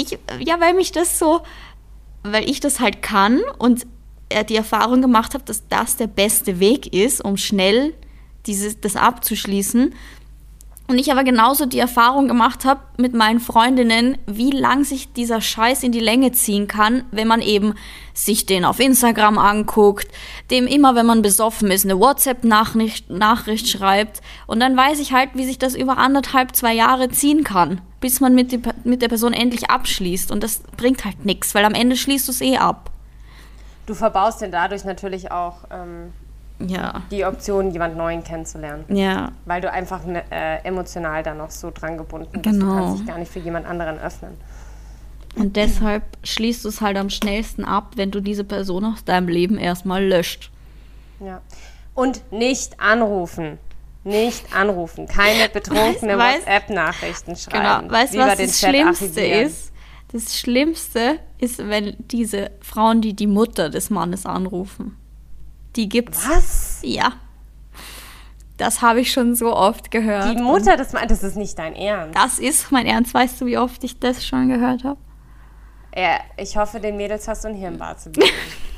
weil ich das halt kann und die Erfahrung gemacht habe, dass das der beste Weg ist, um schnell das abzuschließen. Und ich aber genauso die Erfahrung gemacht habe mit meinen Freundinnen, wie lang sich dieser Scheiß in die Länge ziehen kann, wenn man eben sich den auf Instagram anguckt, dem immer, wenn man besoffen ist, eine WhatsApp-Nachricht schreibt. Und dann weiß ich halt, wie sich das über 1,5, 2 Jahre ziehen kann, bis man mit der Person endlich abschließt. Und das bringt halt nichts, weil am Ende schließt du es eh ab. Du verbaust dir dadurch natürlich auch die Option, jemand Neuen kennenzulernen. Ja. Weil du einfach emotional da noch so dran gebunden bist. Genau. Du kannst dich gar nicht für jemand anderen öffnen. Und deshalb schließt du es halt am schnellsten ab, wenn du diese Person aus deinem Leben erstmal löscht. Ja. Und nicht anrufen. Nicht anrufen. Keine betrunkene WhatsApp-Nachrichten schreiben. Genau. Weißt du, was das Schlimmste ist? Das Schlimmste ist, wenn diese Frauen, die Mutter des Mannes anrufen. Die gibt's. Was? Ja. Das habe ich schon so oft gehört. Die Mutter des Mannes, das ist nicht dein Ernst. Das ist mein Ernst. Weißt du, wie oft ich das schon gehört habe? Ja, ich hoffe, den Mädels hast du ein Hirnbad zu bieten.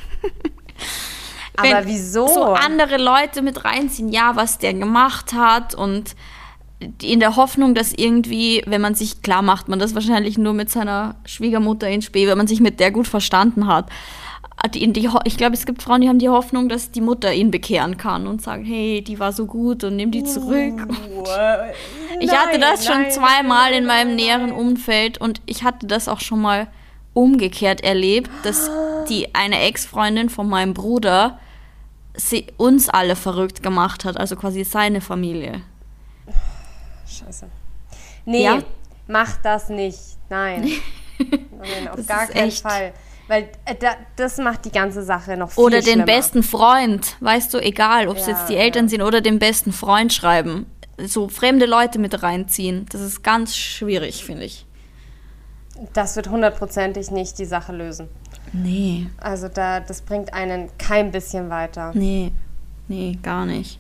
Aber wieso? So andere Leute mit reinziehen, ja, was der gemacht hat und in der Hoffnung, dass irgendwie, wenn man sich, klar macht man das wahrscheinlich nur mit seiner Schwiegermutter in Spee, wenn man sich mit der gut verstanden hat. Ich glaube, es gibt Frauen, die haben die Hoffnung, dass die Mutter ihn bekehren kann und sagen, hey, die war so gut und nimm die zurück. Ich hatte das schon 2-mal in meinem näheren Umfeld und ich hatte das auch schon mal umgekehrt erlebt, dass eine Ex-Freundin von meinem Bruder uns alle verrückt gemacht hat, also quasi seine Familie. Scheiße. Nee, ja? Mach das nicht. Nein. Nein, auf gar keinen Fall. Weil das macht die ganze Sache noch viel schlimmer. Oder den schlimmer. besten Freund, weißt du, egal, ob es jetzt die Eltern sind oder den besten Freund schreiben. So fremde Leute mit reinziehen, das ist ganz schwierig, finde ich. Das wird 100%ig nicht die Sache lösen. Nee. Also das bringt einen kein bisschen weiter. Nee, gar nicht.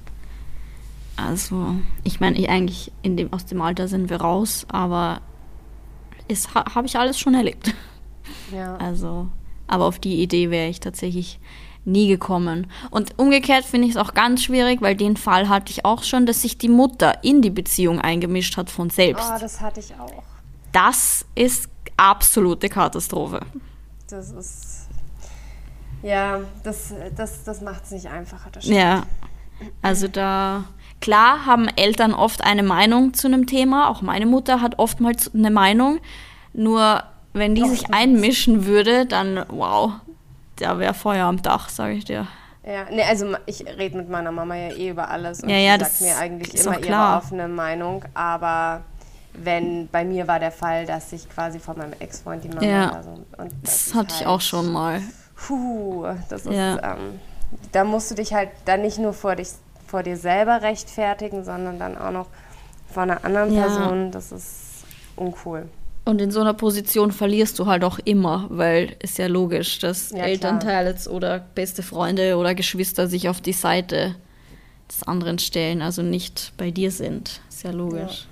Also, ich meine, aus dem Alter sind wir raus, aber habe ich alles schon erlebt. Ja. Also, aber auf die Idee wäre ich tatsächlich nie gekommen. Und umgekehrt finde ich es auch ganz schwierig, weil den Fall hatte ich auch schon, dass sich die Mutter in die Beziehung eingemischt hat von selbst. Oh, das hatte ich auch. Das ist absolute Katastrophe. Das ist, ja, das macht es nicht einfacher. Das stimmt. Ja, also klar haben Eltern oft eine Meinung zu einem Thema, auch meine Mutter hat oftmals eine Meinung, nur wenn die sich einmischen würde, dann, wow, da wäre Feuer am Dach, sage ich dir. Ja, nee, also ich rede mit meiner Mama ja eh über alles und ja, sie sagt mir eigentlich immer ihre klar. offene Meinung, aber bei mir war der Fall, dass ich quasi von meinem Ex-Freund die Mama war. So, und das hatte ich auch schon mal. Das ist, da musst du dich halt dann nicht nur vor vor dir selber rechtfertigen, sondern dann auch noch vor einer anderen Person. Das ist uncool. Und in so einer Position verlierst du halt auch immer, weil ist ja logisch, dass Elternteile oder beste Freunde oder Geschwister sich auf die Seite des anderen stellen, also nicht bei dir sind. Ist ja logisch.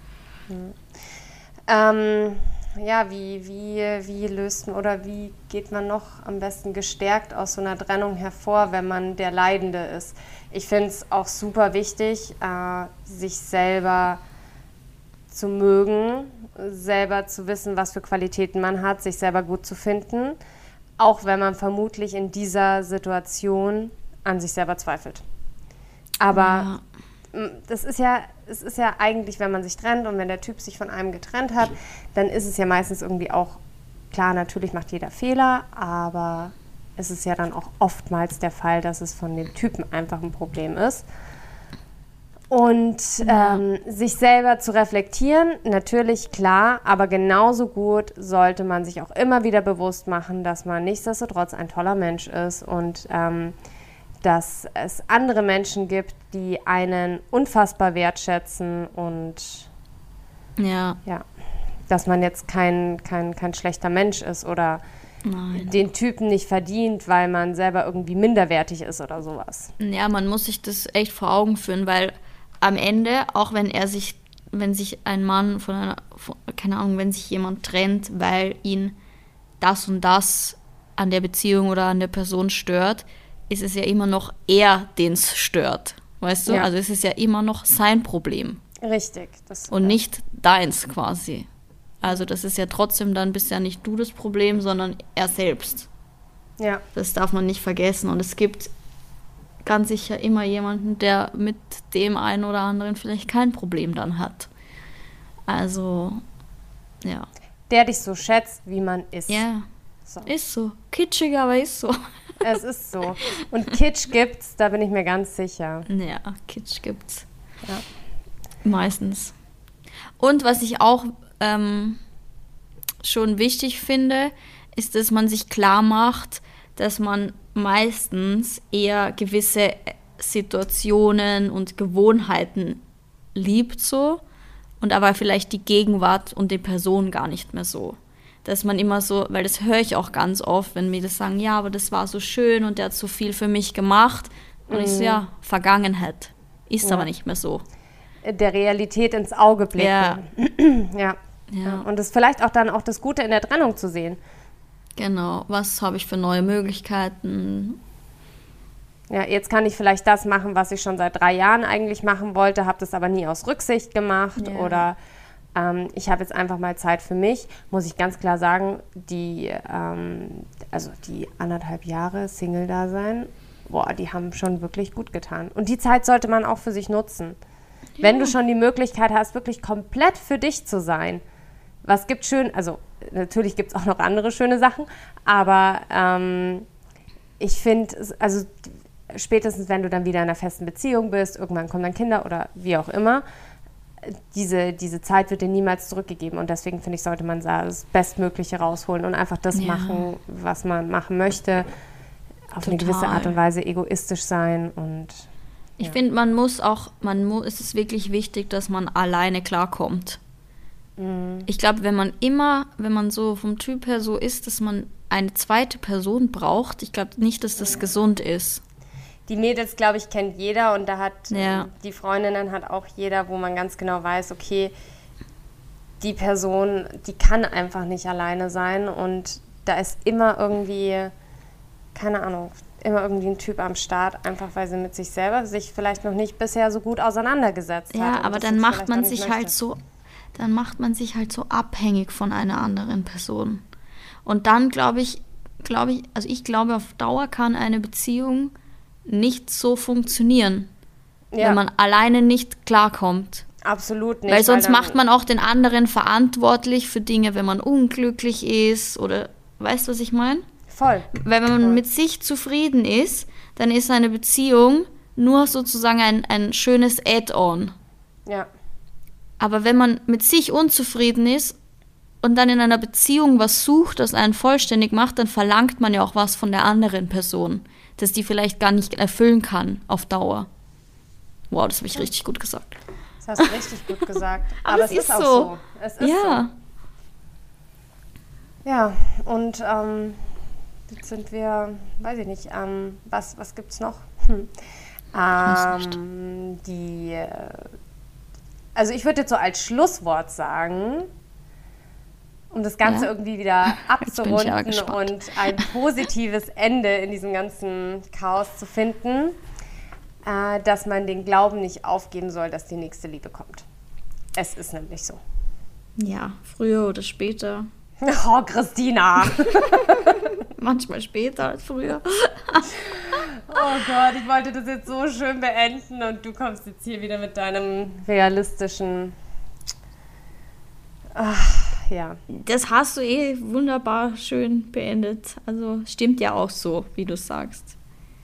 Wie löst man oder wie geht man noch am besten gestärkt aus so einer Trennung hervor, wenn man der Leidende ist? Ich finde es auch super wichtig, sich selber zu mögen, selber zu wissen, was für Qualitäten man hat, sich selber gut zu finden, auch wenn man vermutlich in dieser Situation an sich selber zweifelt. Aber es ist ja eigentlich, wenn man sich trennt und wenn der Typ sich von einem getrennt hat, dann ist es ja meistens irgendwie auch, klar, natürlich macht jeder Fehler, aber es ist ja dann auch oftmals der Fall, dass es von dem Typen einfach ein Problem ist. Und sich selber zu reflektieren, natürlich klar, aber genauso gut sollte man sich auch immer wieder bewusst machen, dass man nichtsdestotrotz ein toller Mensch ist und dass es andere Menschen gibt, die einen unfassbar wertschätzen und dass man jetzt kein schlechter Mensch ist oder den Typen nicht verdient, weil man selber irgendwie minderwertig ist oder sowas. Ja, man muss sich das echt vor Augen führen, weil am Ende, auch wenn sich ein Mann wenn sich jemand trennt, weil ihn das und das an der Beziehung oder an der Person stört, ist es ja immer noch er, den es stört. Weißt du? Ja. Also es ist ja immer noch sein Problem. Richtig. Und nicht deins quasi. Also das ist ja trotzdem dann bist ja nicht du das Problem, sondern er selbst. Ja. Das darf man nicht vergessen. Und es gibt ganz sicher immer jemanden, der mit dem einen oder anderen vielleicht kein Problem dann hat. Also, ja. Der dich so schätzt, wie man ist. Ja, ist so. Kitschig, aber ist so. Es ist so. Und Kitsch gibt's, da bin ich mir ganz sicher. Ja, Kitsch gibt's. Ja. Meistens. Und was ich auch schon wichtig finde, ist, dass man sich klar macht, dass man meistens eher gewisse Situationen und Gewohnheiten liebt so und aber vielleicht die Gegenwart und die Person gar nicht mehr so. Dass man immer so, weil das höre ich auch ganz oft, wenn mir das sagen, ja, aber das war so schön und der hat so viel für mich gemacht. Und ich so, ja, Vergangenheit. Ist aber nicht mehr so. Der Realität ins Auge blicken. Ja. Und das ist vielleicht auch dann auch das Gute in der Trennung zu sehen. Genau, was habe ich für neue Möglichkeiten? Ja, jetzt kann ich vielleicht das machen, was ich schon seit 3 Jahren eigentlich machen wollte, habe das aber nie aus Rücksicht gemacht oder ich habe jetzt einfach mal Zeit für mich. Muss ich ganz klar sagen, die 1,5 Jahre Single-Dasein, die haben schon wirklich gut getan. Und die Zeit sollte man auch für sich nutzen. Ja. Wenn du schon die Möglichkeit hast, wirklich komplett für dich zu sein, was gibt schön, also natürlich gibt es auch noch andere schöne Sachen, aber ich finde, also spätestens wenn du dann wieder in einer festen Beziehung bist, irgendwann kommen dann Kinder oder wie auch immer, diese Zeit wird dir niemals zurückgegeben und deswegen finde ich, sollte man das Bestmögliche rausholen und einfach das machen, was man machen möchte, auf eine gewisse Art und Weise egoistisch sein und ich finde, es ist wirklich wichtig, dass man alleine klarkommt. Ich glaube, wenn man so vom Typ her so ist, dass man eine zweite Person braucht, ich glaube nicht, dass das gesund ist. Die Mädels, glaube ich, kennt jeder und da hat die Freundinnen hat auch jeder, wo man ganz genau weiß, okay, die Person, die kann einfach nicht alleine sein und da ist immer irgendwie, keine Ahnung, ein Typ am Start, einfach weil sie mit sich selber sich vielleicht noch nicht bisher so gut auseinandergesetzt hat. Ja, aber dann macht man sich halt so abhängig von einer anderen Person. Und dann glaube ich, auf Dauer kann eine Beziehung nicht so funktionieren, wenn man alleine nicht klarkommt. Absolut nicht. Weil sonst macht man auch den anderen verantwortlich für Dinge, wenn man unglücklich ist oder, weißt du, was ich meine? Voll. Weil wenn man mit sich zufrieden ist, dann ist eine Beziehung nur sozusagen ein schönes Add-on. Ja. Aber wenn man mit sich unzufrieden ist und dann in einer Beziehung was sucht, das einen vollständig macht, dann verlangt man ja auch was von der anderen Person, das die vielleicht gar nicht erfüllen kann auf Dauer. Wow, das habe ich richtig gut gesagt. Das hast du richtig gut gesagt. Aber es ist auch so. Es ist so. Ja, und jetzt sind wir, weiß ich nicht, was gibt's noch? Also ich würde jetzt so als Schlusswort sagen, um das Ganze irgendwie wieder abzurunden und ein positives Ende in diesem ganzen Chaos zu finden, dass man den Glauben nicht aufgeben soll, dass die nächste Liebe kommt. Es ist nämlich so. Ja, früher oder später. Oh, Christina! Manchmal später als früher. Oh Gott, ich wollte das jetzt so schön beenden und du kommst jetzt hier wieder mit deinem realistischen... Ja. Das hast du wunderbar schön beendet. Also stimmt ja auch so, wie du sagst.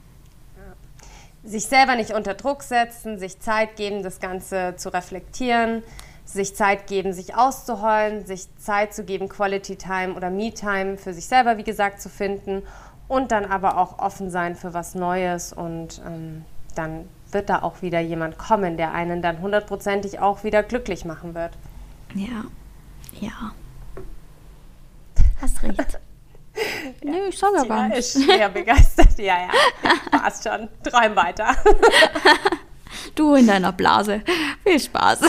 Sich selber nicht unter Druck setzen, sich Zeit geben, das Ganze zu reflektieren, sich Zeit geben, sich auszuheulen, sich Zeit zu geben, Quality Time oder Me Time für sich selber, wie gesagt, zu finden und dann aber auch offen sein für was Neues und dann wird da auch wieder jemand kommen, der einen dann 100%ig auch wieder glücklich machen wird. Ja. Hast recht. Nö, ich sag ja gar nicht. Ist schwer begeistert. Ja. Passt schon. Träum weiter. Du in deiner Blase. Viel Spaß.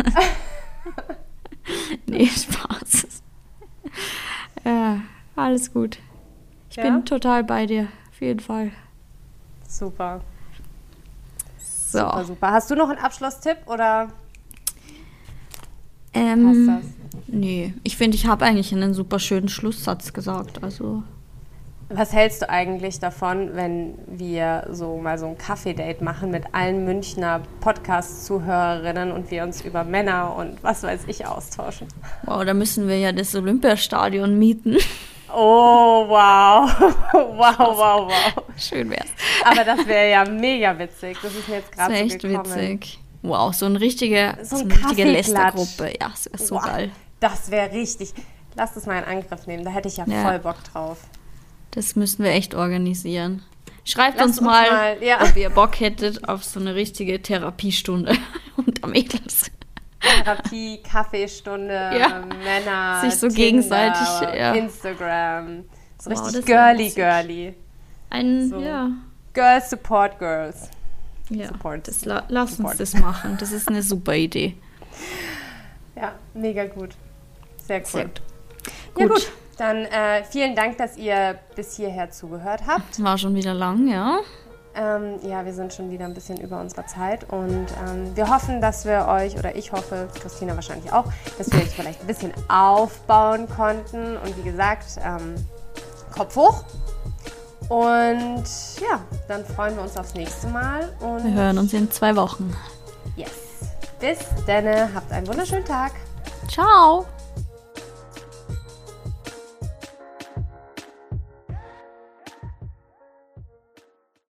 Nee, Spaß. Ja, alles gut. Ich bin total bei dir. Auf jeden Fall. Super. So. Super. Hast du noch einen Abschlusstipp oder passt das? Nee, ich finde, ich habe eigentlich einen super schönen Schlusssatz gesagt. Also. Was hältst du eigentlich davon, wenn wir so mal so ein Kaffee-Date machen mit allen Münchner Podcast-Zuhörerinnen und wir uns über Männer und was weiß ich austauschen? Wow, da müssen wir ja das Olympiastadion mieten. Oh, wow. Wow. Schön wär's. Aber das wäre ja mega witzig. Das ist mir jetzt gerade so gekommen. Das wäre echt witzig. Wow, so eine richtige Lästergruppe. Ja, das wäre so geil. Das wäre richtig. Lass das mal in Angriff nehmen. Da hätte ich ja voll Bock drauf. Das müssten wir echt organisieren. Schreibt uns mal, ob ihr Bock hättet auf so eine richtige Therapiestunde unter Mädels. Therapie, Kaffeestunde, Männer, sich so Tinder, gegenseitig, Instagram. So richtig girly. Girls support girls. Ja, lass uns das machen. Das ist eine super Idee. Ja, mega gut. Sehr cool. Gut. Dann vielen Dank, dass ihr bis hierher zugehört habt. War schon wieder lang, ja. Wir sind schon wieder ein bisschen über unserer Zeit und wir hoffen, dass wir euch, oder ich hoffe, Christina wahrscheinlich auch, dass wir euch vielleicht ein bisschen aufbauen konnten und wie gesagt, Kopf hoch. Und ja, dann freuen wir uns aufs nächste Mal. Und wir hören uns in 2 Wochen. Yes. Bis dann. Habt einen wunderschönen Tag. Ciao.